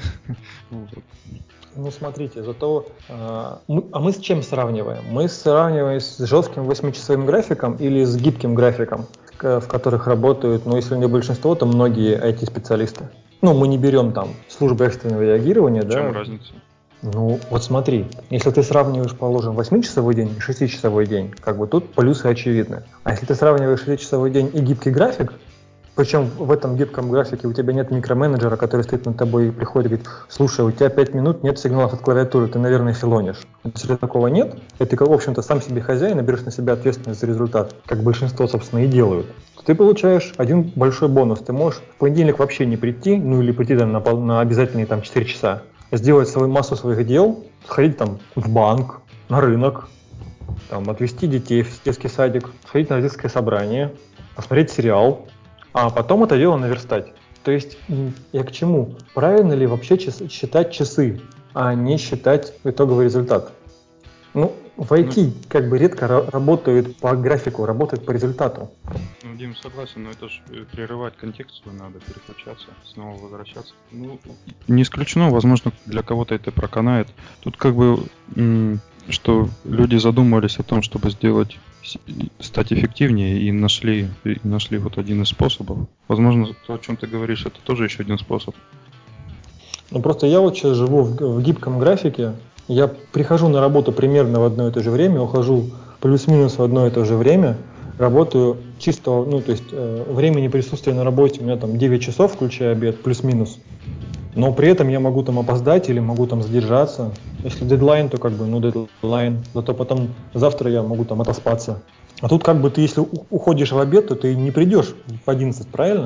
Ну смотрите, зато мы с чем сравниваем? Мы сравниваем с жестким 8-часовым графиком или с гибким графиком, в которых работают, ну если не большинство, то многие IT-специалисты. Ну, мы не берем там службы экстренного реагирования, В да? чем разница? Ну, вот смотри, если ты сравниваешь, положим, 8-часовой день и 6-часовой день, как бы тут плюсы очевидны. А если ты сравниваешь 6-часовой день и гибкий график, причем в этом гибком графике у тебя нет микроменеджера, который стоит над тобой и приходит и говорит: слушай, у тебя 5 минут нет сигналов от клавиатуры, ты, наверное, филонишь. Если такого нет, и ты, в общем-то, сам себе хозяин и берешь на себя ответственность за результат, как большинство, собственно, и делают, то ты получаешь один большой бонус. Ты можешь в понедельник вообще не прийти, ну или прийти там на обязательные там 4 часа, сделать свою массу своих дел, сходить там в банк, на рынок, там, отвезти детей в детский садик, сходить на родительское собрание, посмотреть сериал, а потом это дело наверстать. То есть я к чему? Правильно ли вообще считать часы, а не считать итоговый результат? Ну, в IT как бы редко работают по графику, работают по результату. Ну, Дим, согласен, но это же прерывать контекстную надо, переключаться, снова возвращаться. Ну, не исключено, возможно, для кого-то это проканает. Тут как бы, что люди задумывались о том, чтобы стать эффективнее, и нашли вот один из способов. Возможно, то, о чем ты говоришь, это тоже еще один способ. Ну, просто я вот сейчас живу в гибком графике. Я прихожу на работу примерно в одно и то же время, ухожу плюс-минус в одно и то же время, работаю чисто, ну, то есть времени присутствия на работе у меня там 9 часов, включая обед, плюс-минус. Но при этом я могу там опоздать или могу там задержаться. Если дедлайн, то как бы, ну, дедлайн. Зато потом завтра я могу там отоспаться. А тут как бы ты, если уходишь в обед, то ты не придешь в 11, правильно?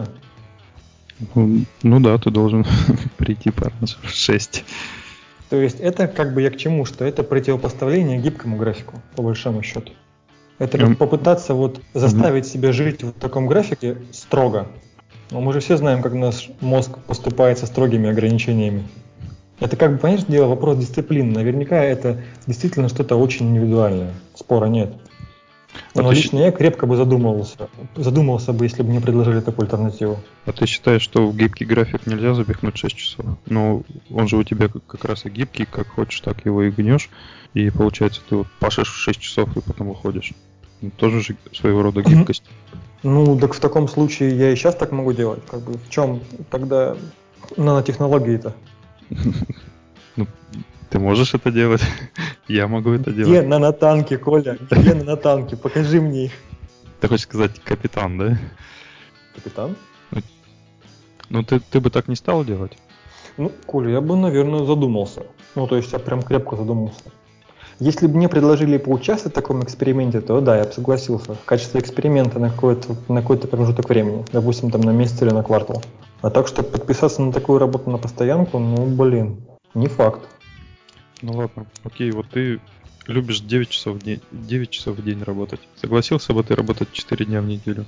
Ну да, ты должен прийти пораньше в 6. То есть это как бы я к чему, что это противопоставление гибкому графику, по большому счету. Это как попытаться вот заставить себя жить в таком графике строго. Но мы же все знаем, как наш мозг поступает со строгими ограничениями. Это как бы, понимаешь, дело, вопрос дисциплины. Наверняка это действительно что-то очень индивидуальное. Спора нет. Но лично я крепко бы задумался бы, если бы мне предложили такую альтернативу. А ты считаешь, что в гибкий график нельзя запихнуть 6 часов? Но он же у тебя как раз и гибкий, как хочешь, так его и гнешь. И получается, ты вот пашешь в 6 часов и потом уходишь. Ну, тоже же своего рода гибкость. Ну, так в таком случае я и сейчас так могу делать. Как бы в чем тогда нанотехнологии-то? Ну, ты можешь это делать? Я могу это делать. Где нанотанки, Коля? Где нанотанки? Покажи мне их. Ты хочешь сказать капитан, да? Капитан? Ну, ты бы так не стал делать? Ну, Коля, я бы, наверное, задумался. Ну, то есть я прям крепко задумался. Если бы мне предложили поучаствовать в таком эксперименте, то да, я бы согласился. В качестве эксперимента на какой-то промежуток времени. Допустим, там на месяц или на квартал. А так, чтобы подписаться на такую работу на постоянку, ну, блин, не факт. Ну ладно, окей, вот ты любишь 9 часов в день работать. Согласился бы ты работать 4 дня в неделю?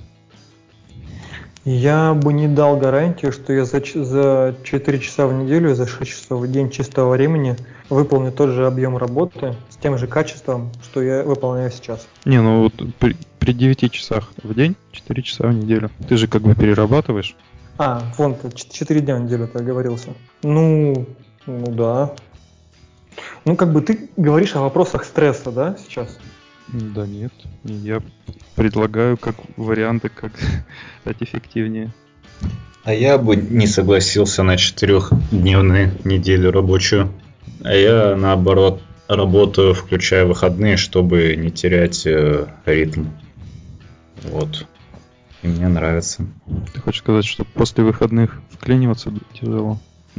Я бы не дал гарантию, что я за 4 часа в неделю, за 6 часов в день чистого времени выполню тот же объем работы с тем же качеством, что я выполняю сейчас. Не, ну вот при 9 часах в день 4 часа в неделю. Ты же как бы перерабатываешь. Вон, 4 дня в неделю ты оговорился. Ну да. Ну, как бы ты говоришь о вопросах стресса, да, сейчас? Да нет, я предлагаю как варианты, как стать эффективнее. А я бы не согласился на 4-дневную неделю рабочую. А я, наоборот, работаю, включая выходные, чтобы не терять ритм. Вот. И мне нравится. Ты хочешь сказать, что после выходных вклиниваться тяжело?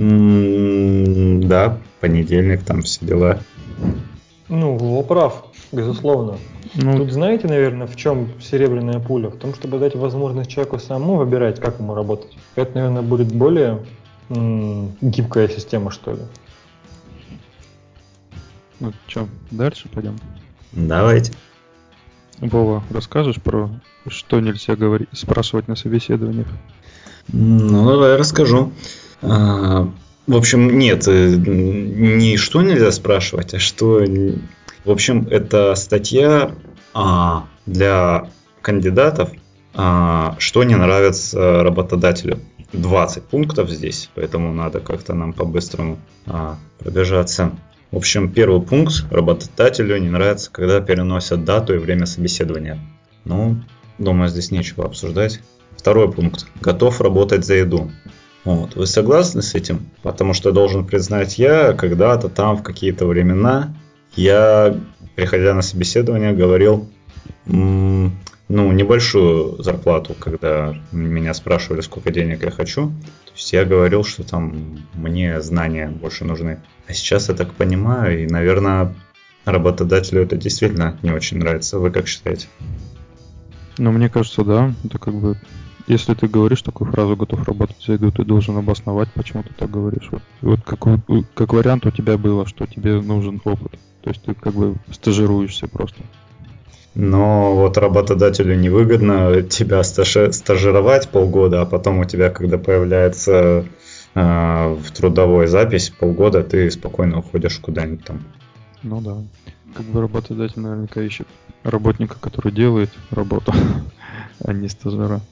Да, понедельник, там все дела. Ну, Вова прав, безусловно. Ну, Тут знаете, наверное, в чем серебряная пуля? В том, чтобы дать возможность человеку самому выбирать, как ему работать. Это, наверное, будет более гибкая система, что ли. ну что, дальше пойдем? Давайте. Вова, расскажешь про что нельзя спрашивать на собеседованиях? Ну, давай расскажу. В общем, нет, не что нельзя спрашивать, а что... В общем, это статья для кандидатов, что не нравится работодателю. 20 пунктов здесь, поэтому надо как-то нам по-быстрому пробежаться. В общем, первый пункт: работодателю не нравится, когда переносят дату и время собеседования. Ну, думаю, здесь нечего обсуждать. Второй пункт: готов работать за еду. Вот. Вы согласны с этим? Потому что должен признать, я когда-то там в какие-то времена, я, приходя на собеседование, говорил небольшую зарплату, когда меня спрашивали, сколько денег я хочу. То есть я говорил, что там мне знания больше нужны. А сейчас я так понимаю, и, наверное, работодателю это действительно не очень нравится. Вы как считаете? Ну, мне кажется, да. Это как бы... Если ты говоришь такую фразу «готов работать за еду», ты должен обосновать, почему ты так говоришь. Вот как вариант у тебя было, что тебе нужен опыт. То есть ты как бы стажируешься просто. Но вот работодателю невыгодно тебя стажировать полгода, а потом у тебя, когда появляется в трудовой запись полгода, ты спокойно уходишь куда-нибудь там. Ну да. Как бы работодатель наверняка ищет работника, который делает работу, а не стажера.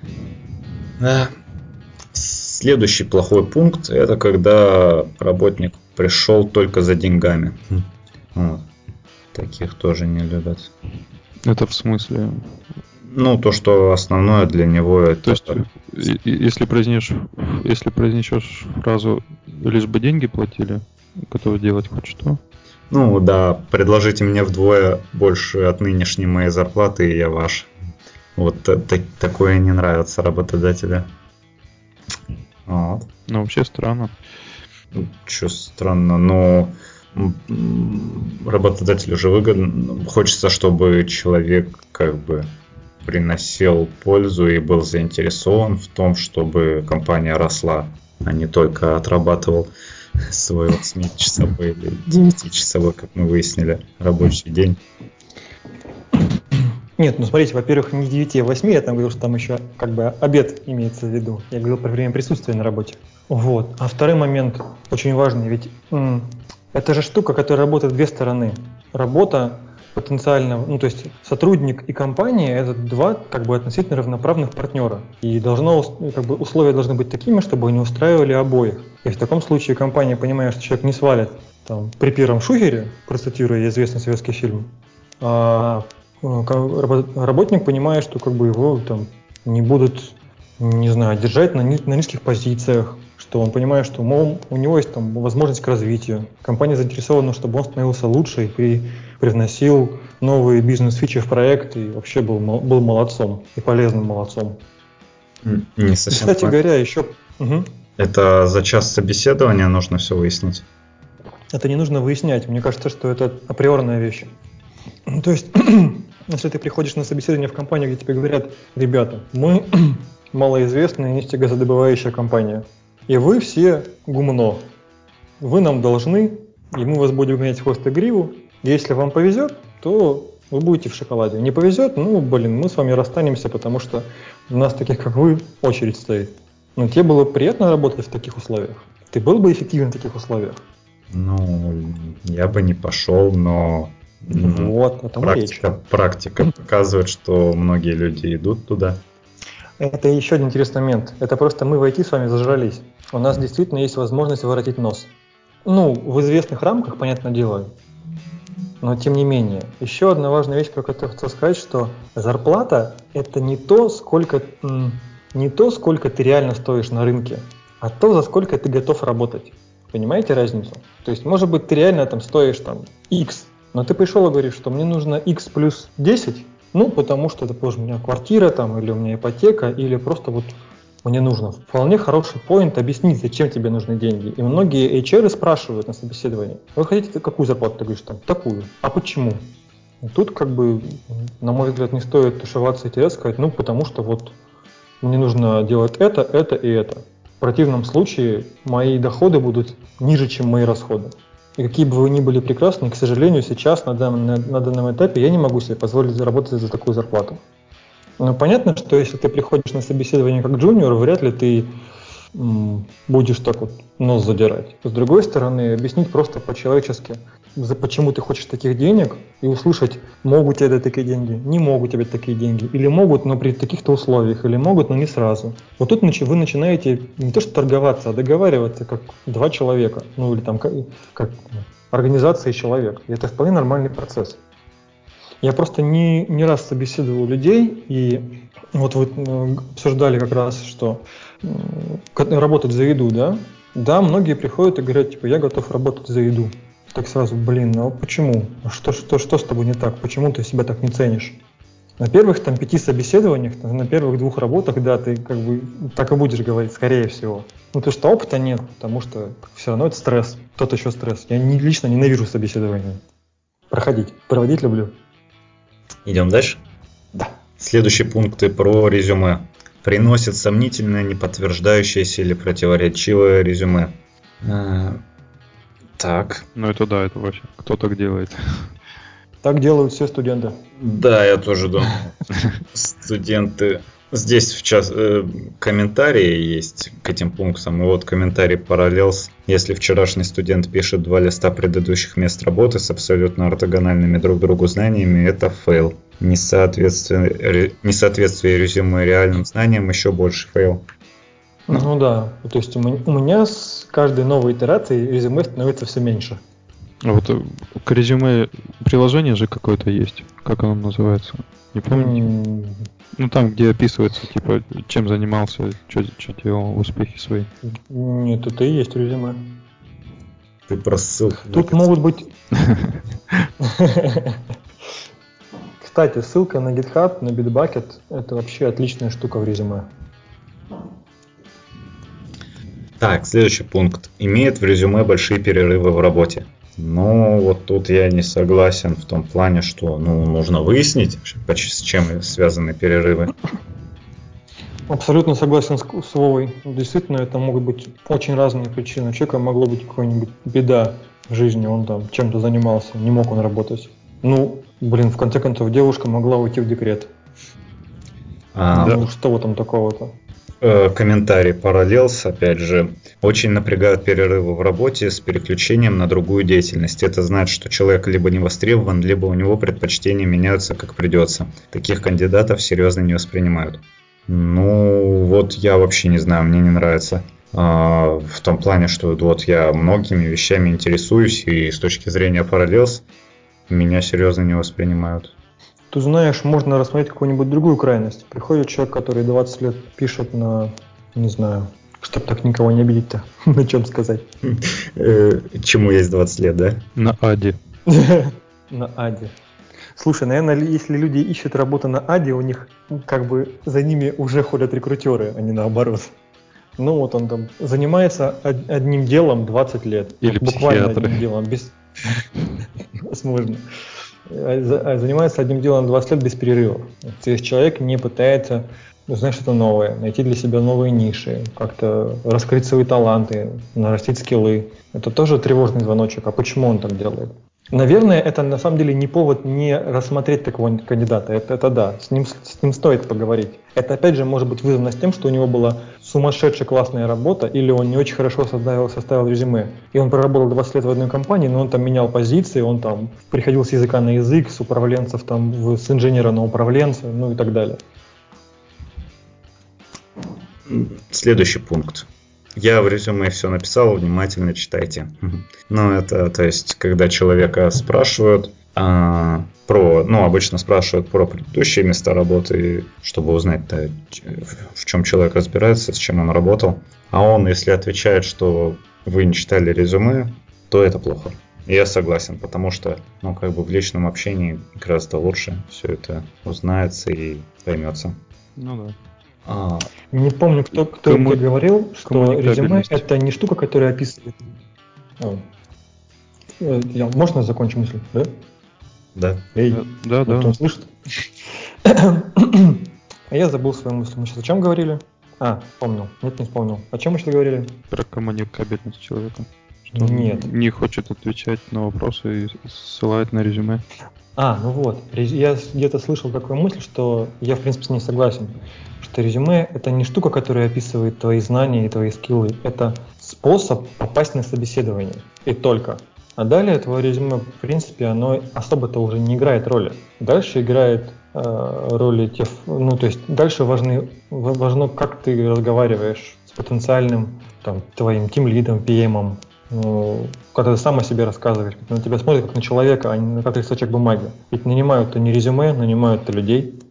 Следующий плохой пункт — это когда работник пришел только за деньгами. Вот. Таких тоже не любят. Это в смысле? Ну, то, что основное для него это... То есть, если произнесешь фразу «лишь бы деньги платили», готов делать хоть что? Ну да, предложите мне вдвое больше от нынешней моей зарплаты, и я ваш. Вот такое не нравится работодателю. Вот. Ну, вообще странно. Что странно, но работодателю же выгодно. Хочется, чтобы человек как бы приносил пользу и был заинтересован в том, чтобы компания росла, а не только отрабатывал свой 8-часовой или 9-часовой, как мы выяснили, рабочий день. Нет, ну смотрите, во-первых, не 9, а 8, я там говорил, что там еще как бы обед имеется в виду. Я говорил про время присутствия на работе. Вот. А второй момент очень важный, ведь это же штука, которая работает в две стороны. Работа потенциально, то есть сотрудник и компания — это два как бы относительно равноправных партнера. И условия должны быть такими, чтобы они устраивали обоих. И в таком случае компания, понимая, что человек не свалит там, при первом шухере, процитируя известный советский фильм, работник понимает, что как бы его там не будут, не знаю, держать на низких позициях, что он понимает, что у него есть там возможность к развитию. Компания заинтересована, чтобы он становился лучше и привносил новые бизнес-фичи в проект и вообще был молодцом и полезным молодцом. Не совсем. Кстати говоря, еще... Это за час собеседования нужно все выяснить? Это не нужно выяснять. Мне кажется, что это априорная вещь. То есть, если ты приходишь на собеседование в компанию, где тебе говорят: ребята, мы малоизвестная нефтегазодобывающая компания, и вы все гумно, вы нам должны, и мы вас будем гонять в хвост и гриву, Если вам повезет, то вы будете в шоколаде. Не повезет, мы с вами расстанемся, потому что у нас таких, как вы, очередь стоит. Но тебе было приятно работать в таких условиях? Ты был бы эффективен в таких условиях? Я бы не пошел, но Вот, о том и речь. Практика показывает, что многие люди идут туда. Это еще один интересный момент. Это просто мы в IT с вами зажрались. У нас действительно есть возможность воротить нос. В известных рамках, понятное дело. Но тем не менее. Еще одна важная вещь, про которую я хотел сказать, что зарплата – это не то, сколько ты реально стоишь на рынке, а то, за сколько ты готов работать. Понимаете разницу? То есть, может быть, ты реально стоишь X, но ты пришел и говоришь, что мне нужно X плюс 10, потому что, допустим, у меня квартира или у меня ипотека, или просто мне нужно. Вполне хороший поинт объяснить, зачем тебе нужны деньги. И многие HR спрашивают на собеседовании: вы хотите какую зарплату? Ты говоришь, такую. А почему? И тут, на мой взгляд, не стоит тушеваться и терять, сказать, потому что мне нужно делать это и это. В противном случае мои доходы будут ниже, чем мои расходы. И какие бы вы ни были прекрасны, к сожалению, сейчас на данном этапе я не могу себе позволить заработать за такую зарплату. Но понятно, что если ты приходишь на собеседование как джуниор, вряд ли ты будешь нос задирать. С другой стороны, объяснить просто по-человечески, почему ты хочешь таких денег, и услышать, могут тебе дать такие деньги, не могут тебе дать такие деньги, или могут, но при таких-то условиях, или могут, но не сразу. Вот тут вы начинаете не то что торговаться, а договариваться как два человека, или как организация и человек. И это вполне нормальный процесс. Я просто не раз собеседовал людей, и вы обсуждали как раз, что работать за еду, да? Да, многие приходят и говорят, я готов работать за еду. Так сразу, почему? Что с тобой не так? Почему ты себя так не ценишь? На первых 5 собеседованиях, на первых 2 работах, да, ты так и будешь говорить, скорее всего. Потому что опыта нет, потому что все равно это стресс. Тот еще стресс. Я лично ненавижу собеседование. Проводить люблю. Идем дальше? Да. Следующий пункт про резюме. Приносит сомнительное, неподтверждающееся или противоречивое резюме. Так. Это вообще кто так делает. Так делают все студенты. Да, я тоже думаю. Студенты. Здесь комментарии есть к этим пунктам. И комментарий Parallels. Если вчерашний студент пишет 2 листа предыдущих мест работы с абсолютно ортогональными друг другу знаниями, это фейл. Несоответствие резюме реальным знаниям еще больше фейл. Да. То есть у меня с каждой новой итерацией резюме становится все меньше. К резюме приложение же какое-то есть. Как оно называется? Не помните? Там, где описывается, чем занимался, что делал, успехи свои. Нет, это и есть резюме. Ты про ссылку. Тут могут быть... Кстати, ссылка на GitHub, на Bitbucket – это вообще отличная штука в резюме. Так, следующий пункт. Имеет в резюме большие перерывы в работе. Тут я не согласен в том плане, что нужно выяснить, с чем связаны перерывы. Абсолютно согласен с Вовой. Действительно, это могут быть очень разные причины. У человека могло быть какая-нибудь беда в жизни, он чем-то занимался, не мог он работать. В конце концов, девушка могла уйти в декрет. Что в этом такого-то? Комментарий Parallels, опять же, очень напрягают перерывы в работе с переключением на другую деятельность. Это значит, что человек либо не востребован, либо у него предпочтения меняются как придется. Таких кандидатов серьезно не воспринимают. Я вообще не знаю, мне не нравится. В том плане, что я многими вещами интересуюсь, и с точки зрения Parallels меня серьезно не воспринимают. Ты знаешь, можно рассмотреть какую-нибудь другую крайность. Приходит человек, который 20 лет пишет на, не знаю, чтобы так никого не обидеть-то, на чем сказать. Чему есть 20 лет, да? На Аде. На Аде. Слушай, наверное, если люди ищут работу на Аде, у них за ними уже ходят рекрутеры, а не наоборот. Он занимается одним делом 20 лет. Или буквально психиатры. одним делом. Возможно. Занимается одним делом 20 лет без перерывов. То есть человек не пытается узнать что-то новое, найти для себя новые ниши, как-то раскрыть свои таланты, нарастить скиллы. Это тоже тревожный звоночек. А почему он так делает? Наверное, это на самом деле не повод не рассмотреть такого кандидата. Это да, с ним стоит поговорить. Это опять же может быть вызвано тем, что у него была сумасшедшая классная работа, или он не очень хорошо составил резюме. И он проработал 20 лет в одной компании, но он там менял позиции, он там приходил с языка на язык, с управленцев там, с инженера на управленца, ну и так далее. Следующий пункт. Я в резюме все написал, внимательно читайте. Ну, это, то есть, когда человека спрашивают обычно спрашивают про предыдущие места работы, чтобы узнать, в чем человек разбирается, с чем он работал. А он, если отвечает, что вы не читали резюме, то это плохо. Я согласен, потому что, в личном общении гораздо лучше все это узнается и поймется. Ну да. Не помню, кто мне говорил, что резюме — это не штука, которая описывает... Можно закончить мысль, да? Да. Эй, да. Кто слышит? А я забыл свою мысль. Мы сейчас о чем говорили? Вспомнил. Нет, не вспомнил. О чем мы сейчас говорили? Про коммуникабельность человека. Что Нет. Он не хочет отвечать на вопросы и ссылает на резюме. Я где-то слышал такую мысль, что я, в принципе, с ней согласен, что резюме — это не штука, которая описывает твои знания и твои скиллы, это способ попасть на собеседование, и только. А далее твое резюме, в принципе, оно особо-то уже не играет роли. Дальше играет роли дальше важно, как ты разговариваешь с потенциальным твоим тимлидом, PM-ом, когда ты сам о себе рассказываешь, на тебя смотрят как на человека, а не как листочек бумаги. Ведь нанимают-то не резюме, нанимают-то людей.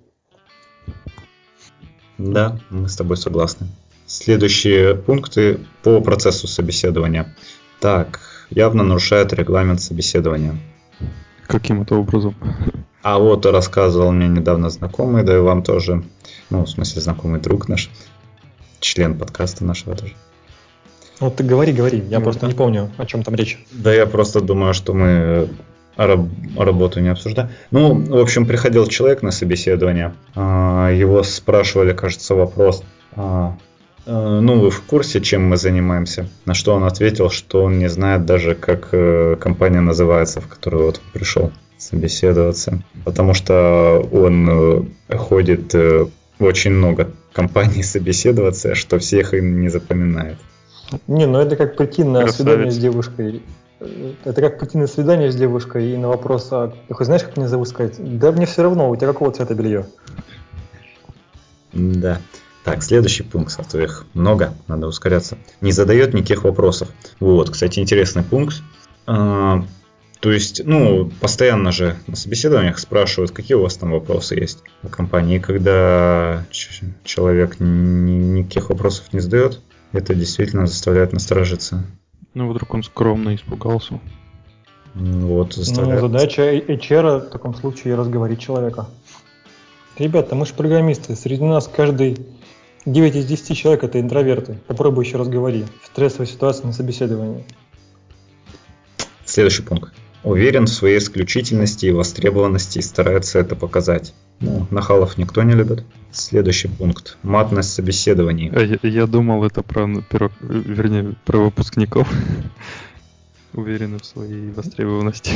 Да, мы с тобой согласны. Следующие пункты по процессу собеседования. Так, явно нарушает регламент собеседования. Каким это образом? А вот рассказывал мне недавно знакомый, да и вам тоже, в смысле знакомый друг наш, член подкаста нашего тоже. Ты говори, я просто не помню, о чем там речь. Да, я просто думаю, что мы работу не обсуждаем. В общем, приходил человек на собеседование, его спрашивали, кажется, вопрос, вы в курсе, чем мы занимаемся? На что он ответил, что он не знает даже, как компания называется, в которую он пришел собеседоваться, потому что он ходит в очень много компаний собеседоваться, что всех им не запоминает. Это как прийти на свидание с девушкой. Это как прийти на свидание с девушкой и на вопрос, ты хоть знаешь, как меня зовут, сказать, да мне все равно, у тебя какого цвета белье? Да. Так, следующий пункт, а то их много, надо ускоряться. Не задает никаких вопросов. Кстати, интересный пункт. То есть, постоянно же на собеседованиях спрашивают, какие у вас там вопросы есть у компании. И когда человек никаких вопросов не задает, это действительно заставляет насторожиться. Вдруг он скромно испугался. Заставляет. Задача HR в таком случае разговорить человека. Ребята, мы же программисты. Среди нас каждый 9 из 10 человек — это интроверты. Попробуй еще разговори в стрессовой ситуации на собеседовании. Следующий пункт. Уверен в своей исключительности и востребованности и старается это показать. Нахалов никто не любит. Следующий пункт. Матность собеседований. Я думал, это про выпускников. Уверены в своей востребованности.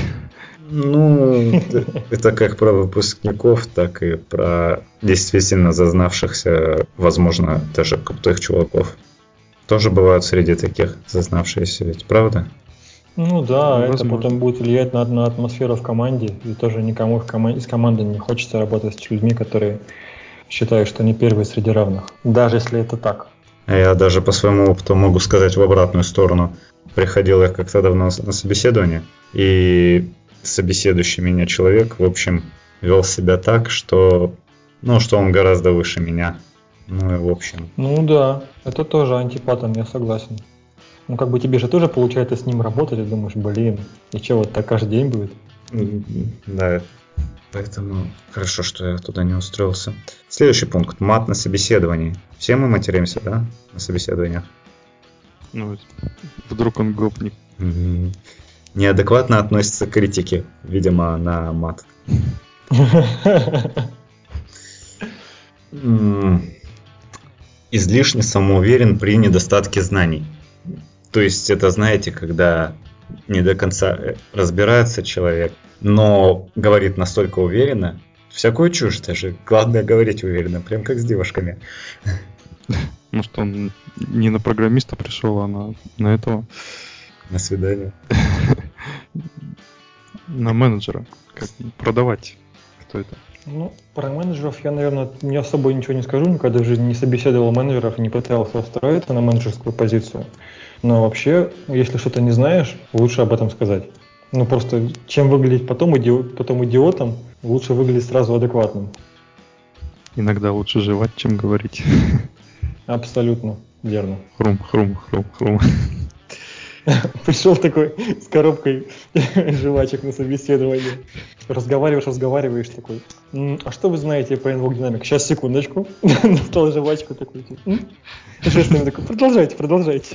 Это как про выпускников, так и про действительно зазнавшихся, возможно, даже крутых чуваков. Тоже бывают среди таких зазнавшиеся, ведь правда? Это потом будет влиять на атмосферу в команде, и тоже никому из команды не хочется работать с людьми, которые считают, что они первые среди равных, даже если это так. Я даже по своему опыту могу сказать в обратную сторону. Приходил я как-то давно на собеседование, и собеседующий меня человек, в общем, вел себя так, что он гораздо выше меня. В общем. Это тоже антипатом, я согласен. Тебе же тоже получается с ним работать, и думаешь, и что, так каждый день будет? Да, поэтому хорошо, что я туда не устроился. Следующий пункт. Мат на собеседовании. Все мы материмся, да, на собеседованиях? Вдруг он гопник. Неадекватно относится к критике, видимо, на мат. Излишне самоуверен при недостатке знаний. То есть это, знаете, когда не до конца разбирается человек, но говорит настолько уверенно, всякую чушь даже. Главное говорить уверенно, прям как с девушками. Может, он не на программиста пришел, а на этого, На свидание. на менеджера. Как продавать. Кто это? Ну, про менеджеров я, наверное, не особо ничего не скажу, никогда в жизни не собеседовал менеджеров, не пытался устроиться на менеджерскую позицию. Но вообще, если что-то не знаешь, лучше об этом сказать. Ну, просто чем выглядеть потом идиотом, лучше выглядеть сразу адекватным. Иногда лучше жевать, чем говорить. Абсолютно верно. Хрум, хрум, хрум, хрум. Пришел такой с коробкой жвачек на собеседование. Разговариваешь такой. А что вы знаете про Invoke Dynamics? Сейчас, секундочку. Достал жвачку такой. Шеф такой, продолжайте.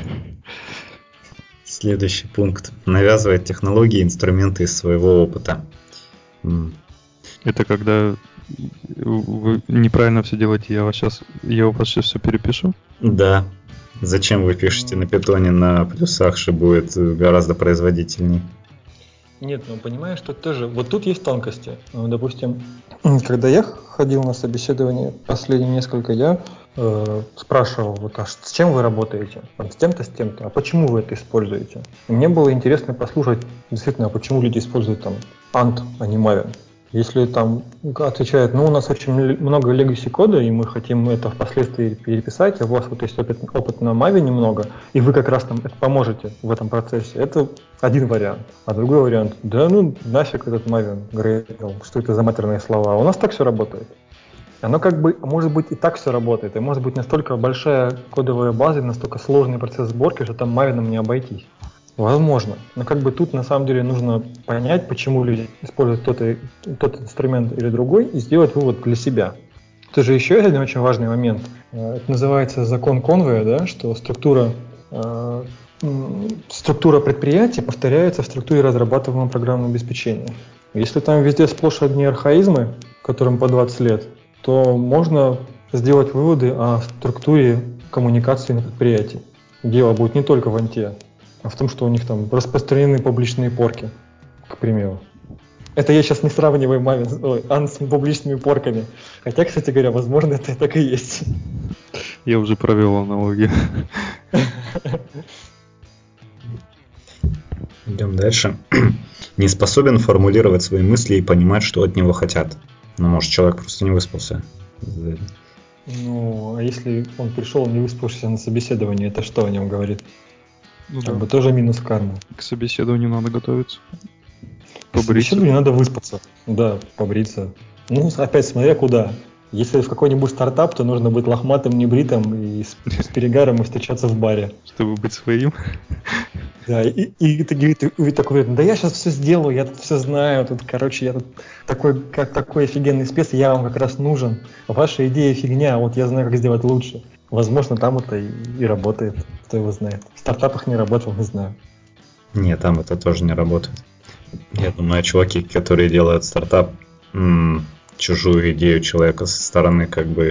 Следующий пункт. Навязывает технологии и инструменты из своего опыта. Это когда вы неправильно все делаете, я у вас сейчас все перепишу? Да. Зачем вы пишете на питоне на плюсах, что будет гораздо производительнее? Нет, ну понимаешь, тут тоже, вот тут есть тонкости. Допустим, когда я ходил на собеседование последние несколько, я спрашивал, вот, а с чем вы работаете? С тем-то, а почему вы это используете? И мне было интересно послушать, действительно, а почему люди используют там Ant, а не Maven. Если там отвечают, у нас очень много legacy кода, и мы хотим это впоследствии переписать, а у вас вот есть опыт на Maven немного, и вы как раз там это поможете в этом процессе, это один вариант. А другой вариант, нафиг этот Maven, Gradle, что это за матерные слова, у нас так все работает. Оно может быть и так все работает, и может быть настолько большая кодовая база, и настолько сложный процесс сборки, что там Maven не обойтись. Возможно. Но тут на самом деле нужно понять, почему люди используют тот инструмент или другой, и сделать вывод для себя. Это же еще один очень важный момент. Это называется закон Конвея, да, что структура предприятия повторяется в структуре разрабатываемого программного обеспечения. Если там везде сплошь одни архаизмы, которым по 20 лет, то можно сделать выводы о структуре коммуникации на предприятии. Дело будет не только в Анте, а в том, что у них там распространены публичные порки, к примеру. Это я сейчас не сравниваю Ant с публичными порками. Хотя, кстати говоря, возможно, это так и есть. Я уже провел аналогию. Идем дальше. Не способен формулировать свои мысли и понимать, что от него хотят. Может, человек просто не выспался. А если он пришел не выспавшийся на собеседование, это что о нем говорит? Да. Тоже минус карма. К собеседованию надо готовиться. К собеседованию надо выспаться. Да, побриться. Опять смотря куда. Если в какой-нибудь стартап, то нужно быть лохматым, небритым и с перегаром и встречаться в баре. Чтобы быть своим. Да, и ты такой уверен, да я сейчас все сделаю, я тут все знаю, я тут такой офигенный спец, я вам как раз нужен. Ваша идея фигня, вот я знаю, как сделать лучше. Возможно, там это и работает, кто его знает. В стартапах не работал, не знаю. Нет, там это тоже не работает. Я думаю, чуваки, которые делают стартап, чужую идею человека со стороны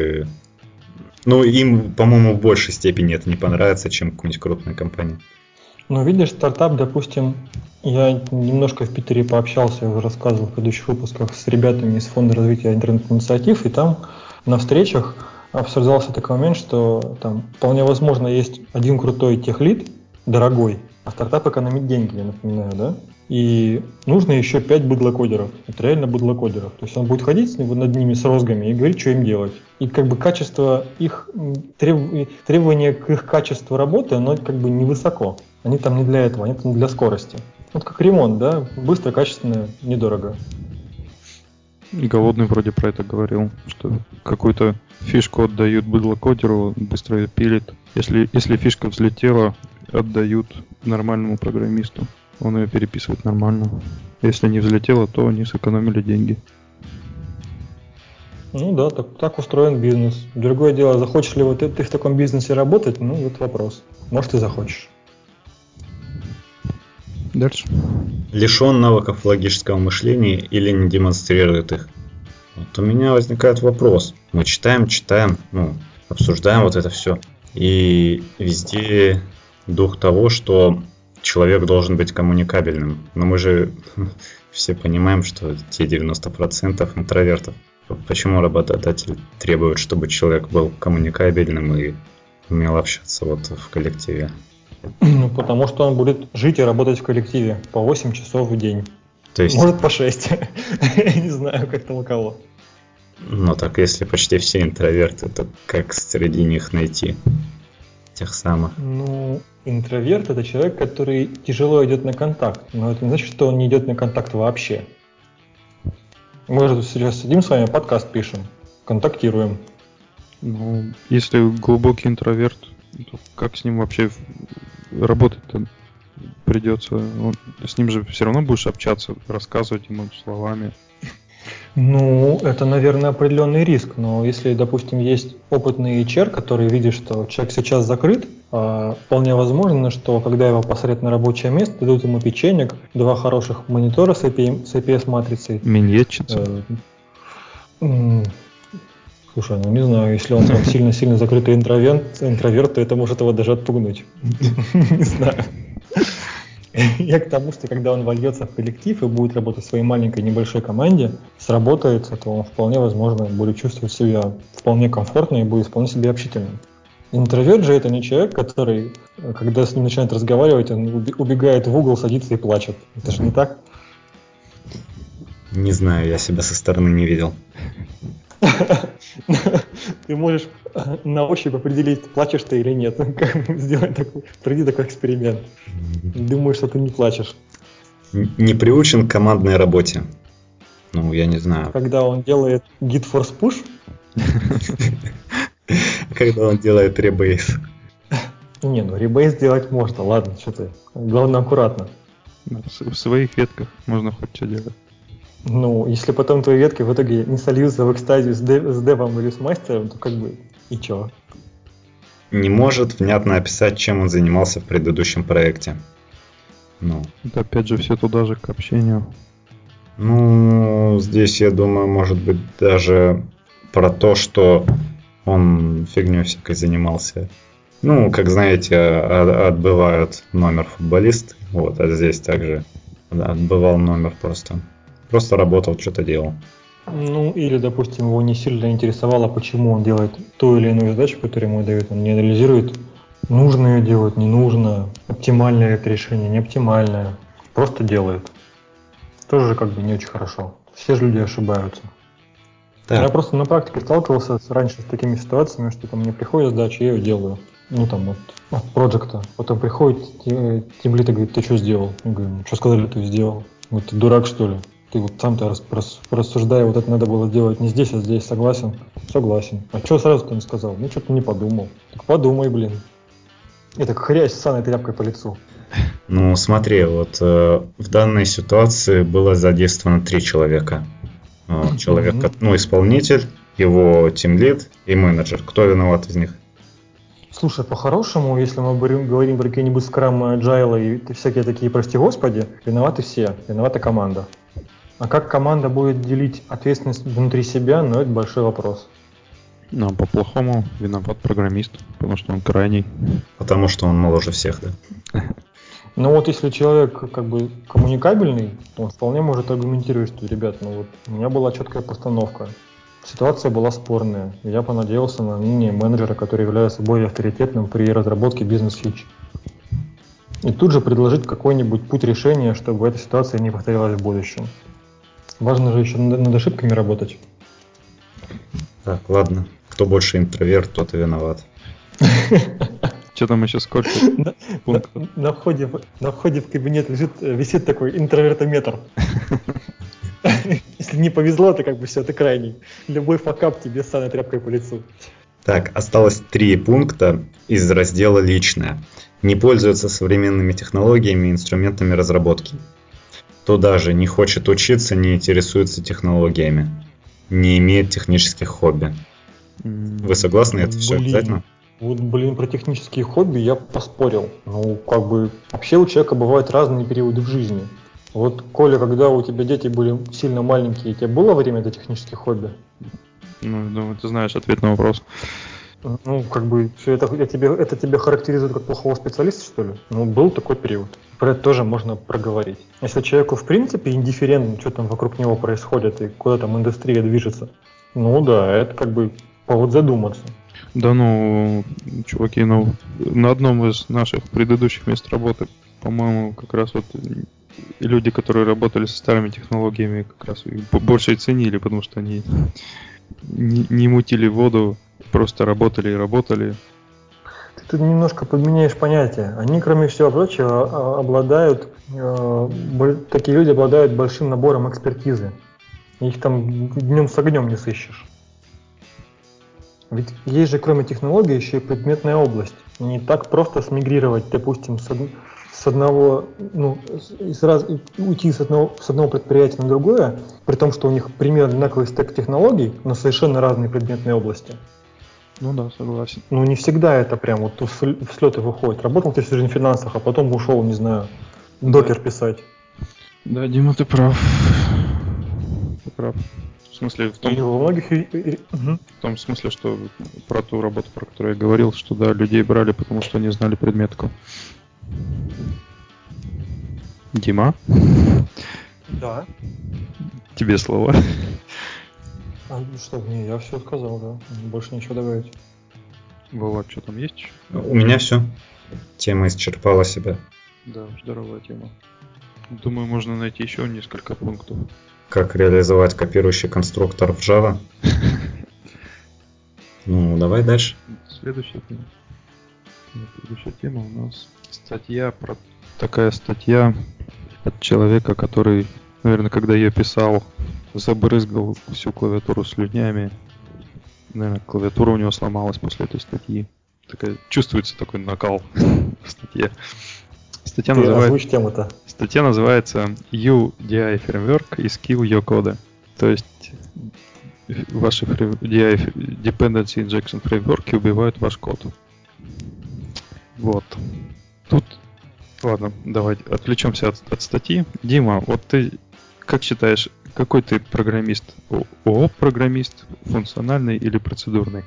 им, по-моему, в большей степени это не понравится, чем какой-нибудь крупной компании. Видишь, стартап, допустим, я немножко в Питере пообщался, я уже рассказывал в предыдущих выпусках с ребятами из Фонда развития интернет-инициатив, и там на встречах обсуждался такой момент, что там вполне возможно есть один крутой техлид, дорогой, а стартап экономит деньги, я напоминаю, да? И нужно еще 5 быдлокодеров, это реально быдлокодеров. То есть он будет ходить над ними с розгами и говорить, что им делать. И качество их, требования к их качеству работы, оно невысоко. Они там не для этого, они там для скорости. Вот как ремонт, да? Быстро, качественно, недорого. Голодный вроде про это говорил, что какую-то фишку отдают быдлокодеру, быстро ее пилит. Если фишка взлетела, отдают нормальному программисту. Он ее переписывает нормально. Если не взлетела, то они сэкономили деньги. Да, так устроен бизнес. Другое дело, захочешь ли ты в таком бизнесе работать, вот вопрос. Может, и захочешь. Дальше. Лишен навыков логического мышления или не демонстрирует их. Вот у меня возникает вопрос. Мы читаем, обсуждаем вот это все. И везде дух того, что человек должен быть коммуникабельным. Но мы же все понимаем, что те 90% интровертов. Почему работодатель требует, чтобы человек был коммуникабельным и умел общаться вот в коллективе? Ну, потому что он будет жить и работать в коллективе по 8 часов в день. То есть, Может, по 6. Я не знаю, как там у кого. ну так, если почти все интроверты, то как среди них найти тех самых? Ну, интроверт — это человек, который тяжело идет на контакт. Но это не значит, что он не идет на контакт вообще. Мы же сейчас сидим с вами, подкаст пишем, контактируем. Ну, если глубокий интроверт, то как с ним вообще работать-то придется? С ним же все равно будешь общаться, рассказывать ему словами. Ну, это, наверное, определенный риск, но если, допустим, есть опытный HR, который видит, что человек сейчас закрыт, вполне возможно, что когда его посадят на рабочее место, дадут ему печеньек, 2 хороших монитора с IPS-матрицей. Миньетчица. Слушай, ну не знаю, если он там сильно-сильно закрытый интроверт, то это может его даже отпугнуть. Не знаю. Я к тому, что когда он вольется в коллектив и будет работать в своей маленькой небольшой команде, сработается, то он вполне возможно будет чувствовать себя вполне комфортно и будет вполне себе общительным. Интроверт же это не человек, который, когда с ним начинают разговаривать, он убегает в угол, садится и плачет. Это же не так? Не знаю, я себя со стороны не видел. Ты можешь на ощупь определить, плачешь ты или нет. Проведи такой эксперимент. Думаю, что ты не плачешь. Не приучен к командной работе. Ну, я не знаю. Когда он делает git force push? Когда он делает ребейс. Не, ну ребейс делать можно, ладно, что ты. Главное аккуратно. В своих ветках можно хоть что делать. Ну, если потом твои ветки в итоге не сольются в экстазе с девом или с мастером, то как бы и чё? Не может внятно описать, чем он занимался в предыдущем проекте. Ну, Это опять же все туда же к общению. ну, здесь, я думаю, может быть даже про то, что он фигней всякой занимался. Ну, как знаете, отбывают номер футболист, вот, а здесь также отбывал номер просто. Просто работал, что-то делал. Ну, или, допустим, его не сильно интересовало, почему он делает ту или иную задачу, которую ему дают. Он не анализирует, нужно ее делать, не нужно, оптимальное это решение, не оптимальное. Просто делает. Тоже как бы не очень хорошо. Все же люди ошибаются. Так. Я просто на практике сталкивался раньше с такими ситуациями, что там мне приходит задача, я ее делаю. Ну там вот от проекта. Потом приходит тимлид и говорит, ты что сделал? Я говорю, ну что сказали, ты сделал. Говорит, ты дурак что ли? Ты вот сам-то рассуждая, вот это надо было делать не здесь, а здесь, согласен? Согласен. А что сразу-то не сказал? Ну что-то не подумал. Так подумай, блин. И так хрясь ссаной тряпкой по лицу. Ну, смотри, вот в данной ситуации было задействовано 3 человека. Человек, ну, исполнитель, его тимлид и менеджер. Кто виноват из них? Слушай, по-хорошему, если мы говорим про какие-нибудь скрамы, agile и всякие такие, прости господи, виноваты все, виновата команда. А как команда будет делить ответственность внутри себя, ну это большой вопрос. Ну, а по-плохому виноват программист, потому что он крайний. Потому что он моложе всех, да? Ну вот если человек как бы коммуникабельный, то он вполне может аргументировать, что, ребят, ну вот у меня была четкая постановка, ситуация была спорная, и я понадеялся на мнение менеджера, который является более авторитетным при разработке бизнес-фич. И тут же предложить какой-нибудь путь решения, чтобы эта ситуация не повторялась в будущем. Важно же еще над ошибками работать. Так, ладно. Кто больше интроверт, тот и виноват. Что там еще сколько пунктов? На входе в кабинет висит такой интровертометр. Если не повезло, то как бы все, ты крайний. Любой факап тебе станет тряпкой по лицу. Так, осталось 3 пункта из раздела «Личное». Не пользуется современными технологиями и инструментами разработки. Кто даже не хочет учиться, не интересуется технологиями, не имеет технических хобби. Вы согласны? Это все обязательно? Вот, про технические хобби я поспорил. Ну, как бы, вообще у человека бывают разные периоды в жизни. Вот, Коля, когда у тебя дети были сильно маленькие, тебе было время для технических хобби? Ну, думаю, ты знаешь ответ на вопрос. Ну, как бы, это тебя характеризует как плохого специалиста, что ли? Ну, был такой период. Про это тоже можно проговорить. Если человеку, в принципе, индифферентно, что там вокруг него происходит и куда там индустрия движется, ну да, это как бы повод задуматься. Да ну, чуваки, на одном из наших предыдущих мест работы, по-моему, как раз вот люди, которые работали со старыми технологиями, как раз их больше и ценили, потому что они не мутили воду, просто работали и работали. Ты тут немножко подменяешь понятия. Они, кроме всего прочего, такие люди обладают большим набором экспертизы. Их там днем с огнем не сыщешь. Ведь есть же, кроме технологий, еще и предметная область. Не так просто смигрировать, допустим, уйти с одного предприятия на другое, при том, что у них примерно одинаковый стек технологий, но совершенно разные предметные области. Ну да, согласен. Ну, не всегда это прям вот в слеты выходит. Работал ты всю жизнь в финансах, а потом ушел, не знаю, докер писать. Да, Дима, ты прав. Ты прав. В смысле, в том смысле, что про ту работу, про которую я говорил, что да, людей брали, потому что они знали предметку. Дима? Да. Тебе слово. Что, не, я все сказал, да. Больше ничего добавить. Вова, что там есть? У меня все. Тема исчерпала себя. Да, здоровая тема. Думаю, можно найти еще несколько пунктов. Как реализовать копирующий конструктор в Java? Ну, давай дальше. Следующая тема у нас такая статья от человека, который, наверное, когда ее писал, забрызгал всю клавиатуру слюнями. Наверное, клавиатура у него сломалась после этой статьи. Чувствуется такой накал в статье. Статья называется UDI Framework is Kill Your Code. То есть ваши DI Dependency Injection Framework убивают ваш код. Вот. Тут, ладно, давайте отвлечемся от статьи. Дима, вот ты как считаешь, какой ты программист? ООП-программист, функциональный или процедурный?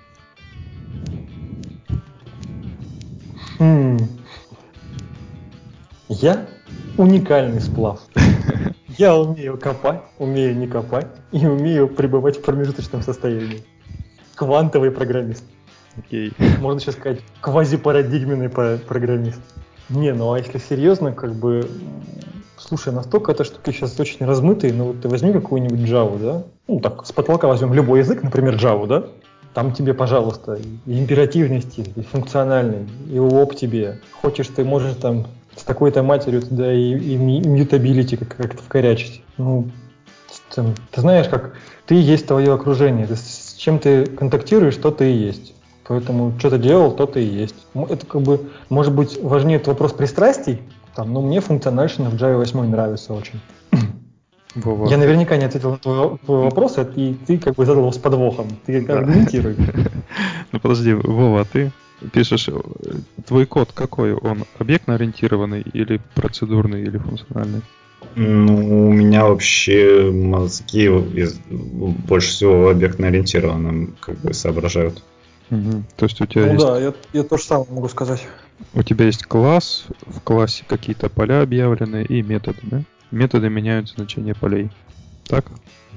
Я уникальный сплав. Я умею копать, умею не копать и умею пребывать в промежуточном состоянии. Квантовый программист. Окей. Можно сейчас сказать, квазипарадигменный программист. Не, ну а если серьезно, как бы... Слушай, настолько эта штука сейчас очень размытая, но вот ты возьми какую-нибудь Java, да? Ну так, с потолка возьмем любой язык, например, Java, да? Там тебе, пожалуйста, и императивный стиль, и функциональный, и ООП тебе. Хочешь, ты можешь там с такой-то матерью туда и мьютабилити как-то вкорячить. Ну, ты знаешь, как ты есть твое окружение, с чем ты контактируешь, то ты и есть. Поэтому что ты делал, то ты и есть. Это как бы, может быть, важнее этот вопрос пристрастий, но мне функциональщина в Java 8 нравится очень. Вова, я наверняка не ответил на твой вопрос, и ты как бы задал его с подвохом. Ты аргументируй. Ну подожди, Вова, а ты пишешь, твой код какой? Он объектно-ориентированный или процедурный, или функциональный? Ну, у меня вообще мозги больше всего в объектно-ориентированном как бы соображают. Угу. То есть у тебя есть... Ну да, я то же самое могу сказать. У тебя есть класс, в классе какие-то поля объявлены и методы, да? Методы меняют значение полей. Так?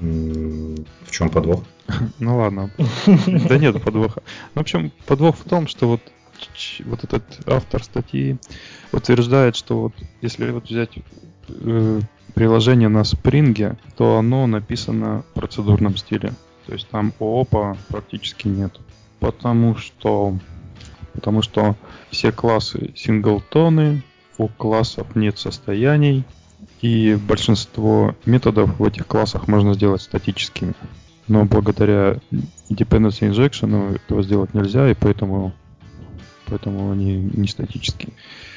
В чем подвох? Ну ладно. Да нет подвоха. В общем, подвох в том, что вот этот автор статьи утверждает, что вот если вот взять приложение на Spring, то оно написано в процедурном стиле. То есть там ООПа практически нет. Потому что все классы синглтоны, у классов нет состояний, и большинство методов в этих классах можно сделать статическими. Но благодаря dependency injection этого сделать нельзя, и поэтому они не статические.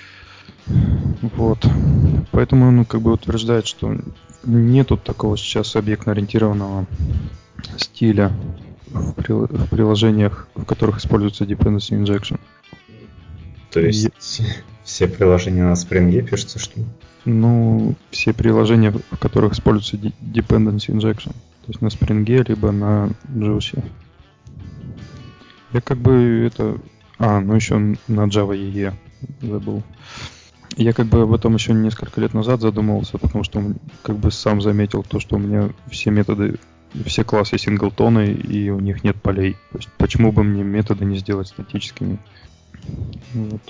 Вот. Поэтому он как бы утверждает, что нету такого сейчас объектно-ориентированного стиля в приложениях, в которых используется dependency injection. То есть все приложения на Spring пишутся, что ли? Ну, все приложения, в которых используется dependency injection. То есть на Spring либо на Juicy. Я как бы это... ну еще на Java EE забыл. Я как бы об этом еще несколько лет назад задумывался, потому что как бы сам заметил то, что у меня все методы, все классы синглтоны, и у них нет полей. То есть почему бы мне методы не сделать статическими? Вот.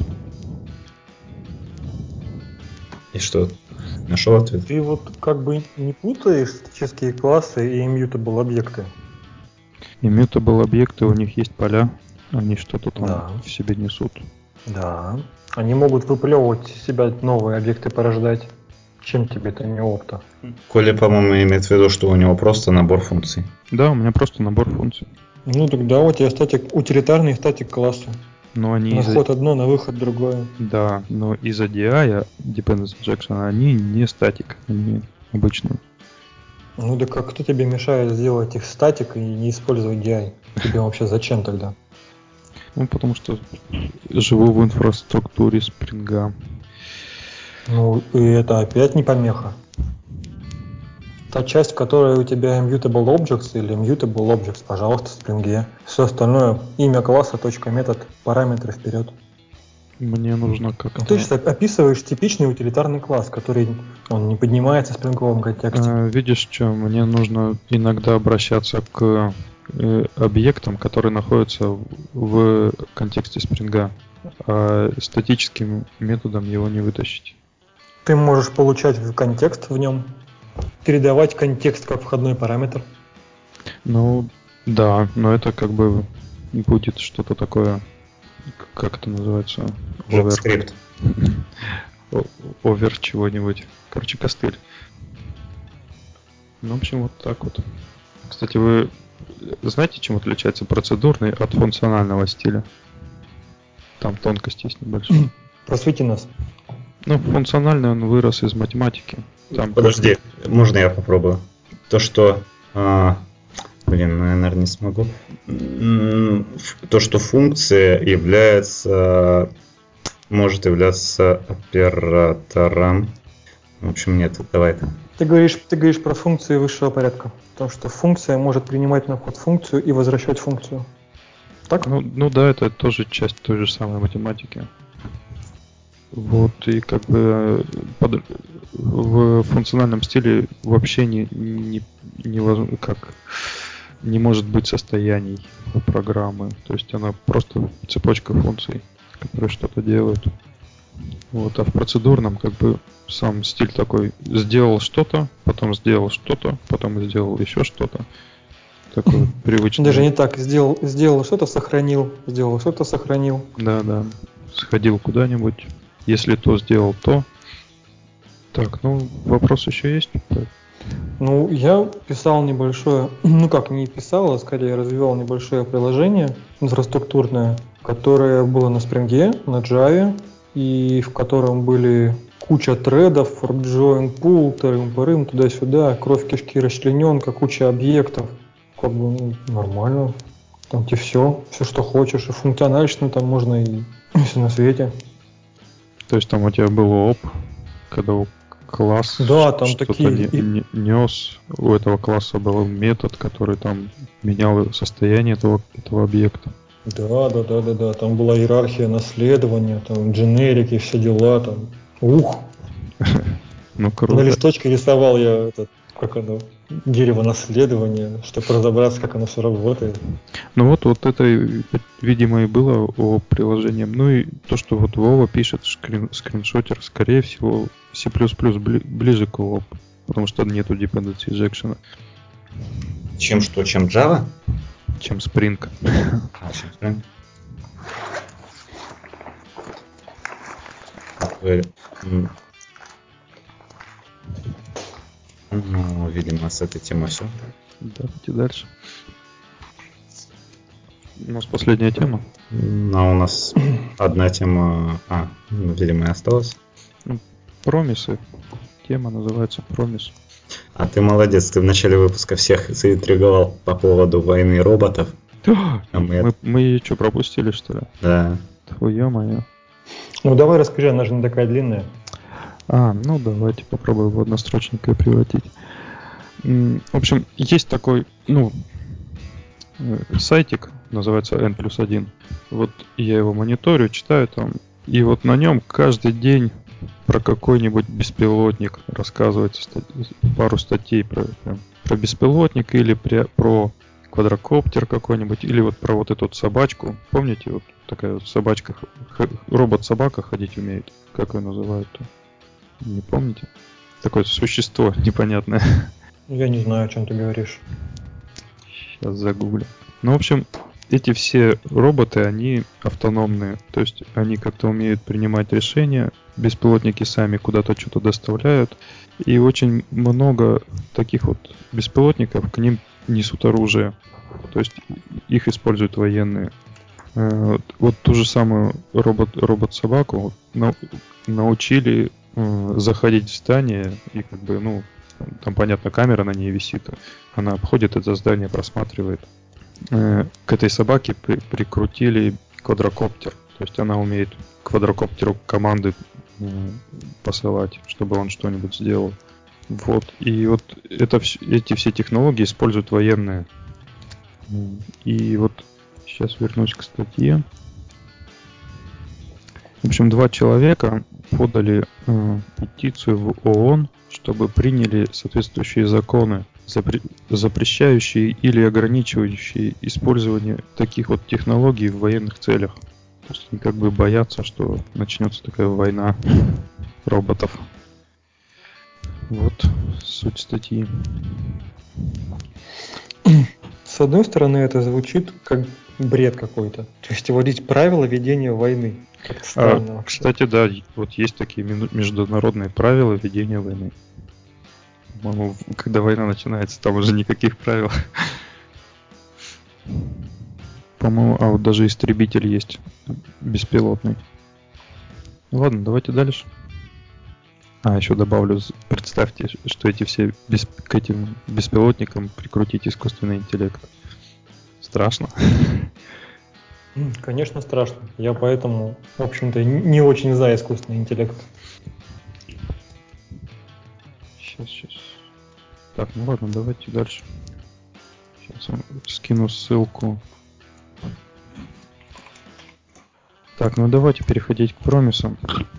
И что? Нашел ответ? Ты вот как бы не путаешь статические классы и immutable объекты? Immutable объекты, у них есть поля, они что-то там Да. в себе несут. Да. Они могут выплевывать из себя новые объекты, порождать. Чем тебе это не опта? Коля, по-моему, имеет в виду, что у него просто набор функций. Да, у меня просто набор функций. Ну тогда у тебя утилитарные статик классы. Но они На вход одно, на выход другое. Да, но из-за DI, Dependency Injection, они не статик, они обычные. Ну да как, кто тебе мешает сделать их статик и не использовать DI? Тебе вообще зачем тогда? Ну, потому что живу в инфраструктуре спринга. Ну и это опять не помеха. Та часть, которая у тебя immutable objects или mutable objects, пожалуйста, в спринге. Все остальное, имя класса, точка, метод, параметры вперед. Мне нужно как-то... Ты же описываешь типичный утилитарный класс, который он не поднимается в спринговом контексте. Видишь, что мне нужно иногда обращаться к объектам, которые находятся в контексте спринга, а статическим методом его не вытащить. Ты можешь получать контекст в нем, передавать контекст как входной параметр. Ну, да, но это как бы будет что-то такое, как это называется? JavaScript. Овер чего-нибудь. Короче, костыль. Ну, в общем, вот так вот. Кстати, вы знаете, чем отличается процедурный от функционального стиля? Там тонкость есть небольшая. Просвети нас. Ну, функциональный он вырос из математики. Там Подожди, можно я попробую? То, что... наверное, не смогу. То, что функция может являться оператором. В общем, нет, давай. Ты говоришь про функции высшего порядка. Потому что функция может принимать на вход функцию и возвращать функцию. Так? Ну да, это тоже часть той же самой математики. Вот, и как бы в функциональном стиле вообще не может быть состояний у программы. То есть она просто цепочка функций, которые что-то делают. Вот, а в процедурном как бы сам стиль такой: сделал что-то, потом сделал что-то, потом сделал еще что-то. Такой привычный. Даже не так. Сделал что-то, сохранил. Сделал что-то, сохранил. Да. Сходил куда-нибудь. Если то сделал, то. Так, ну, вопрос еще есть? Ну, я писал небольшое, не писал, а скорее развивал небольшое приложение инфраструктурное, которое было на спринге, на Java, и в котором были куча тредов, fork join pool, тырым-пырым, туда-сюда, кровь, кишки, расчлененка, куча объектов. Как бы нормально. Там тебе все, что хочешь, и функционально там можно и все на свете. То есть там у тебя был ООП, когда класс да, там что-то такие... нес, у этого класса был метод, который там менял состояние этого объекта. Да, там была иерархия наследования, там дженерики, все дела, там. Ух! Ну круто. На листочке рисовал я дерево наследования, чтобы разобраться, как оно все работает. Ну вот это, видимо, и было о приложением. Ну и то, что вот Вова пишет, скриншотер, скорее всего, C++ ближе к ООП, потому что нету dependency injection. Чем Java? Чем Spring. Чем Spring. Ну, видимо, с этой темой все. Давайте дальше. У нас последняя тема. Ну, у нас одна тема, видимо, и осталась. Промисы. Тема называется Промис. А ты молодец, ты в начале выпуска всех заинтриговал по поводу войны роботов. Мы ее что, пропустили, что ли? Да. Ё-моё. Ну давай расскажи, она же не такая длинная. Ну давайте попробуем в однострочненькое превратить. В общем, есть такой, сайтик, называется N+1. Вот я его мониторю, читаю там, и вот на нем каждый день про какой-нибудь беспилотник рассказывается, пару статей про беспилотник или про квадрокоптер какой-нибудь, или вот про вот эту вот собачку. Помните, вот такая вот собачка, робот-собака ходить умеет. Как ее называют-то? Не помните? Такое существо непонятное. Я не знаю, о чем ты говоришь. Сейчас загуглю. Ну, в общем, эти все роботы, они автономные. То есть они как-то умеют принимать решения. Беспилотники сами куда-то что-то доставляют. И очень много таких вот беспилотников, к ним несут оружие. То есть их используют военные. Вот ту же самую робот-собаку научили заходить в здание и как бы, ну, там, понятно, камера на ней висит. Она обходит это здание, просматривает. К этой собаке прикрутили квадрокоптер. То есть она умеет квадрокоптеру команды посылать, чтобы он что-нибудь сделал. Вот. И вот эти все технологии используют военные. И вот сейчас вернусь к статье. В общем, 2 человека подали петицию в ООН, чтобы приняли соответствующие законы, запрещающие или ограничивающие использование таких вот технологий в военных целях. То есть они как бы боятся, что начнется такая война роботов. Вот суть статьи. С одной стороны, это звучит как бред какой-то. То есть вводить правила ведения войны. Как странно вообще. Кстати, да, вот есть такие международные правила ведения войны. По-моему, когда война начинается, там уже никаких правил. По-моему, вот даже истребитель есть беспилотный. Ладно, давайте дальше. Еще добавлю, представьте, что эти все к этим беспилотникам прикрутить искусственный интеллект. Страшно? Конечно, страшно. Я поэтому, в общем-то, не очень за искусственный интеллект. Сейчас. Так, ну ладно, давайте дальше. Сейчас я скину ссылку. Так, ну давайте переходить к промисам.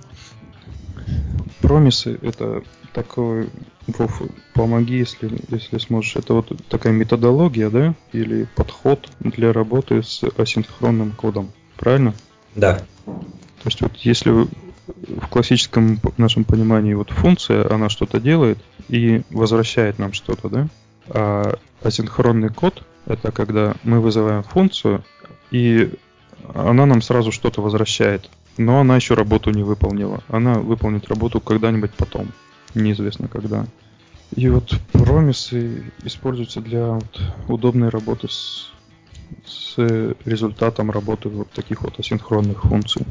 Промисы — это такой, Вов, помоги, если сможешь. Это вот такая методология, да, или подход для работы с асинхронным кодом, правильно? Да. То есть вот если в классическом нашем понимании вот функция, она что-то делает и возвращает нам что-то, да? А асинхронный код — это когда мы вызываем функцию, и она нам сразу что-то возвращает. Но она еще работу не выполнила. Она выполнит работу когда-нибудь потом. Неизвестно когда. И вот промисы используются для удобной работы с результатом работы вот таких вот асинхронных функций.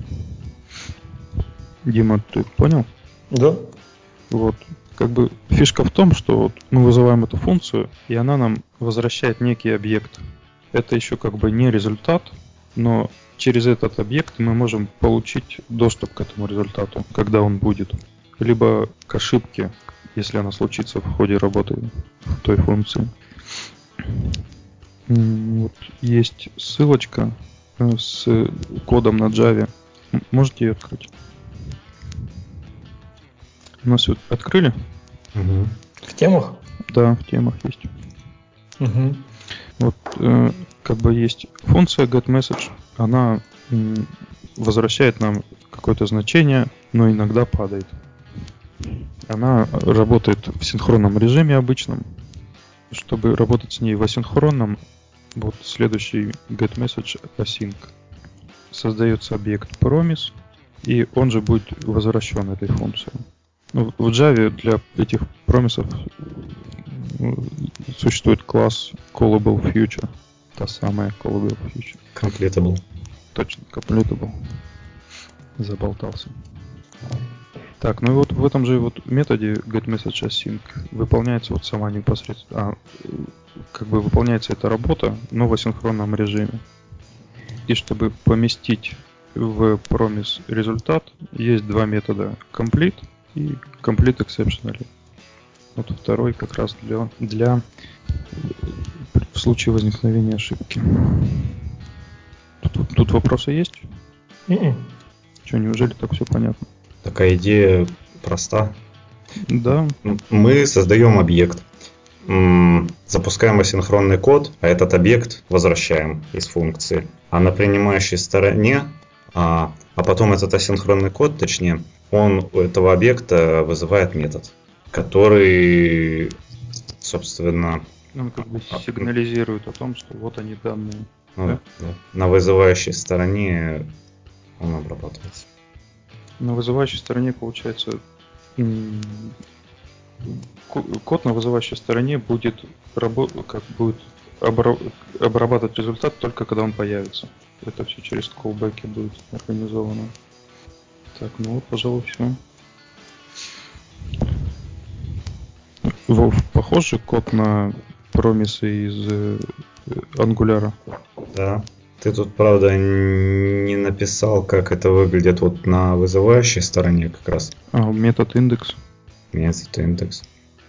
Дима, ты понял? Да. Вот. Как бы фишка в том, что вот мы вызываем эту функцию, и она нам возвращает некий объект. Это еще как бы не результат, но через этот объект мы можем получить доступ к этому результату, когда он будет. Либо к ошибке, если она случится в ходе работы в той функции. Вот есть ссылочка с кодом на Java. Можете ее открыть? У нас вот открыли? Угу. В темах? Да, в темах есть. Угу. Вот как бы есть функция getMessage, она возвращает нам какое-то значение, но иногда падает. Она работает в синхронном режиме обычном. Чтобы работать с ней в асинхронном, вот следующий getMessage async. Создается объект promise, и он же будет возвращен этой функцией. Ну, в Java для этих промисов существует класс callable future. Та самая callable future. Completable. Точно, completable. Заболтался. Так, ну и вот в этом же вот методе getMessageAsync выполняется вот сама непосредственно, как бы выполняется эта работа, но в асинхронном режиме. И чтобы поместить в promise результат, есть 2 метода complete и complete exceptionally. Вот второй как раз для в случае возникновения ошибки. Тут вопросы есть? Мгм. Что, неужели так все понятно? Такая идея проста. Да. Мы создаем объект, запускаем асинхронный код, а этот объект возвращаем из функции. А на принимающей стороне, а потом этот асинхронный код, точнее, он у этого объекта вызывает метод, который, собственно, Он как бы сигнализирует о том, что вот они данные. Да? на вызывающей стороне он обрабатывается. На вызывающей стороне, получается, код на вызывающей стороне будет обрабатывать результат только когда он появится. Это все через callback будет организовано. Так, ну вот, пожалуй, все. Вов, похож код на промисы из Angular? Да. Ты тут, правда, не написал, как это выглядит вот на вызывающей стороне как раз. Метод индекс. Метод индекс.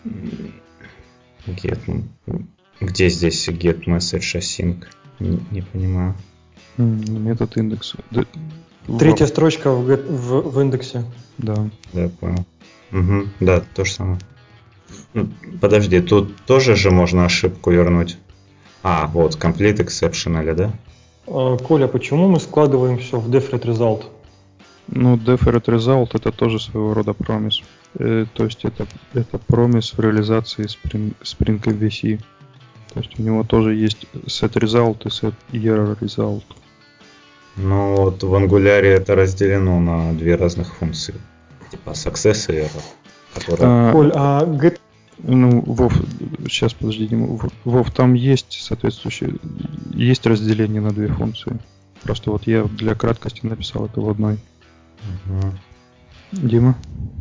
Get. Где здесь get message async? Не понимаю. Метод индекс. Третья строчка в индексе. Да. Да, понял. Угу, да, то же самое. Подожди, тут тоже же можно ошибку вернуть. Вот, complete exceptional, да? Коля, почему мы складываем все в deferred result? Ну, deferred result это тоже своего рода промис. То есть это промис в реализации Spring MVC. То есть у него тоже есть set result и set error result. Ну вот в Angular это разделено на две разных функции. Типа success и error. Которые... Коль, get... Ну, Вов, сейчас подожди, Вов, там есть соответствующее, есть разделение на две функции. Просто вот я для краткости написал это в одной. Угу. Дима?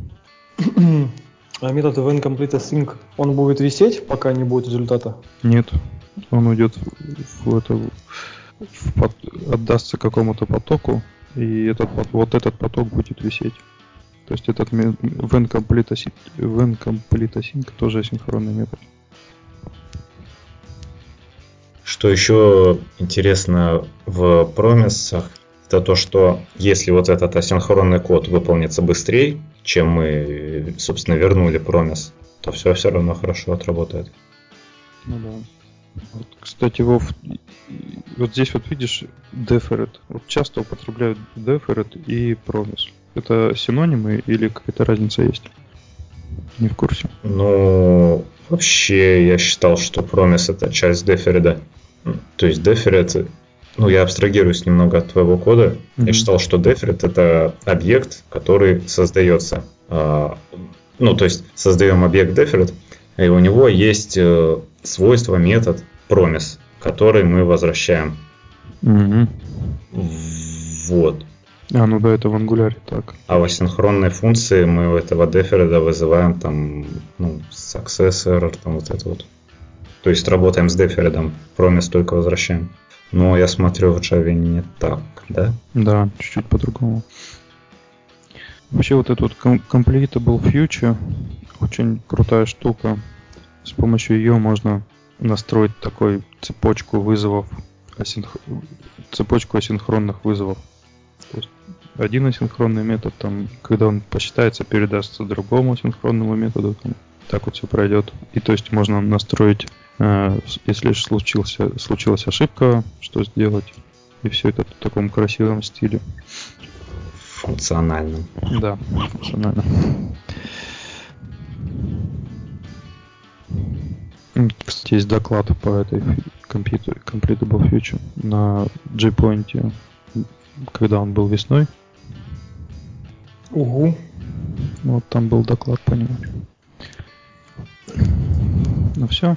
А метод incomplete async, он будет висеть, пока не будет результата? Нет, он уйдет отдастся какому-то потоку, и этот поток будет висеть. То есть этот incomplete async тоже асинхронный метод. Что еще интересно в промисах, это то, что если вот этот асинхронный код выполнится быстрее, чем мы, собственно, вернули промис, то все равно хорошо отработает. Ну да. Вот, кстати, Вов, вот здесь вот видишь deferred. Вот часто употребляют deferred и promise. Это синонимы или какая-то разница есть? Не в курсе. Ну, вообще я считал, что promise это часть deferred. То есть deferred, я абстрагируюсь немного от твоего кода. Mm-hmm. Я считал, что deferred это объект, который создается. То есть создаем объект deferred, и у него есть свойство, метод promise, который мы возвращаем. Mm-hmm. Вот. Ну да, это в Angular так. А в асинхронной функции мы у этого deferred вызываем там, success error, там вот это вот. То есть работаем с deferred, promise только возвращаем. Но я смотрю, в Java не так, да? Да, чуть-чуть по-другому. Вообще вот этот completable future очень крутая штука. С помощью ее можно настроить такую цепочку вызовов, цепочку асинхронных вызовов. То есть один асинхронный метод, там, когда он посчитается, передастся другому асинхронному методу, там, так вот все пройдет. И то есть можно настроить, если случилась ошибка, что сделать. И все это в таком красивом стиле. Функциональном. Да, функционально. Кстати, есть доклад по этой Completable Future на J-Point, когда он был весной. Угу. Вот там был доклад по нему. Ну все.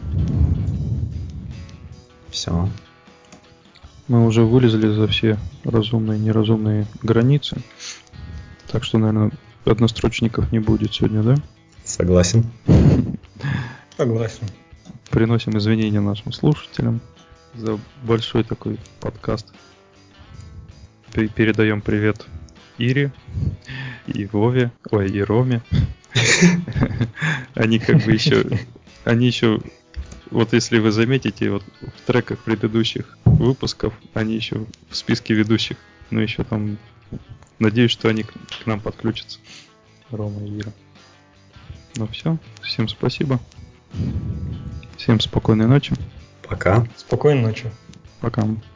Все. Мы уже вылезли за все разумные и неразумные границы. Так что, наверное, однострочников не будет сегодня, да? Согласен. Согласен. Приносим извинения нашим слушателям за большой такой подкаст. Передаем привет Ире и Вове, и Роме. Они как бы еще Вот если вы заметите, вот в треках предыдущих выпусков, они еще в списке ведущих. Но еще там, надеюсь, что они к нам подключатся. Рома и Ира. Ну все, всем спасибо. Всем спокойной ночи. Пока. Спокойной ночи. Пока.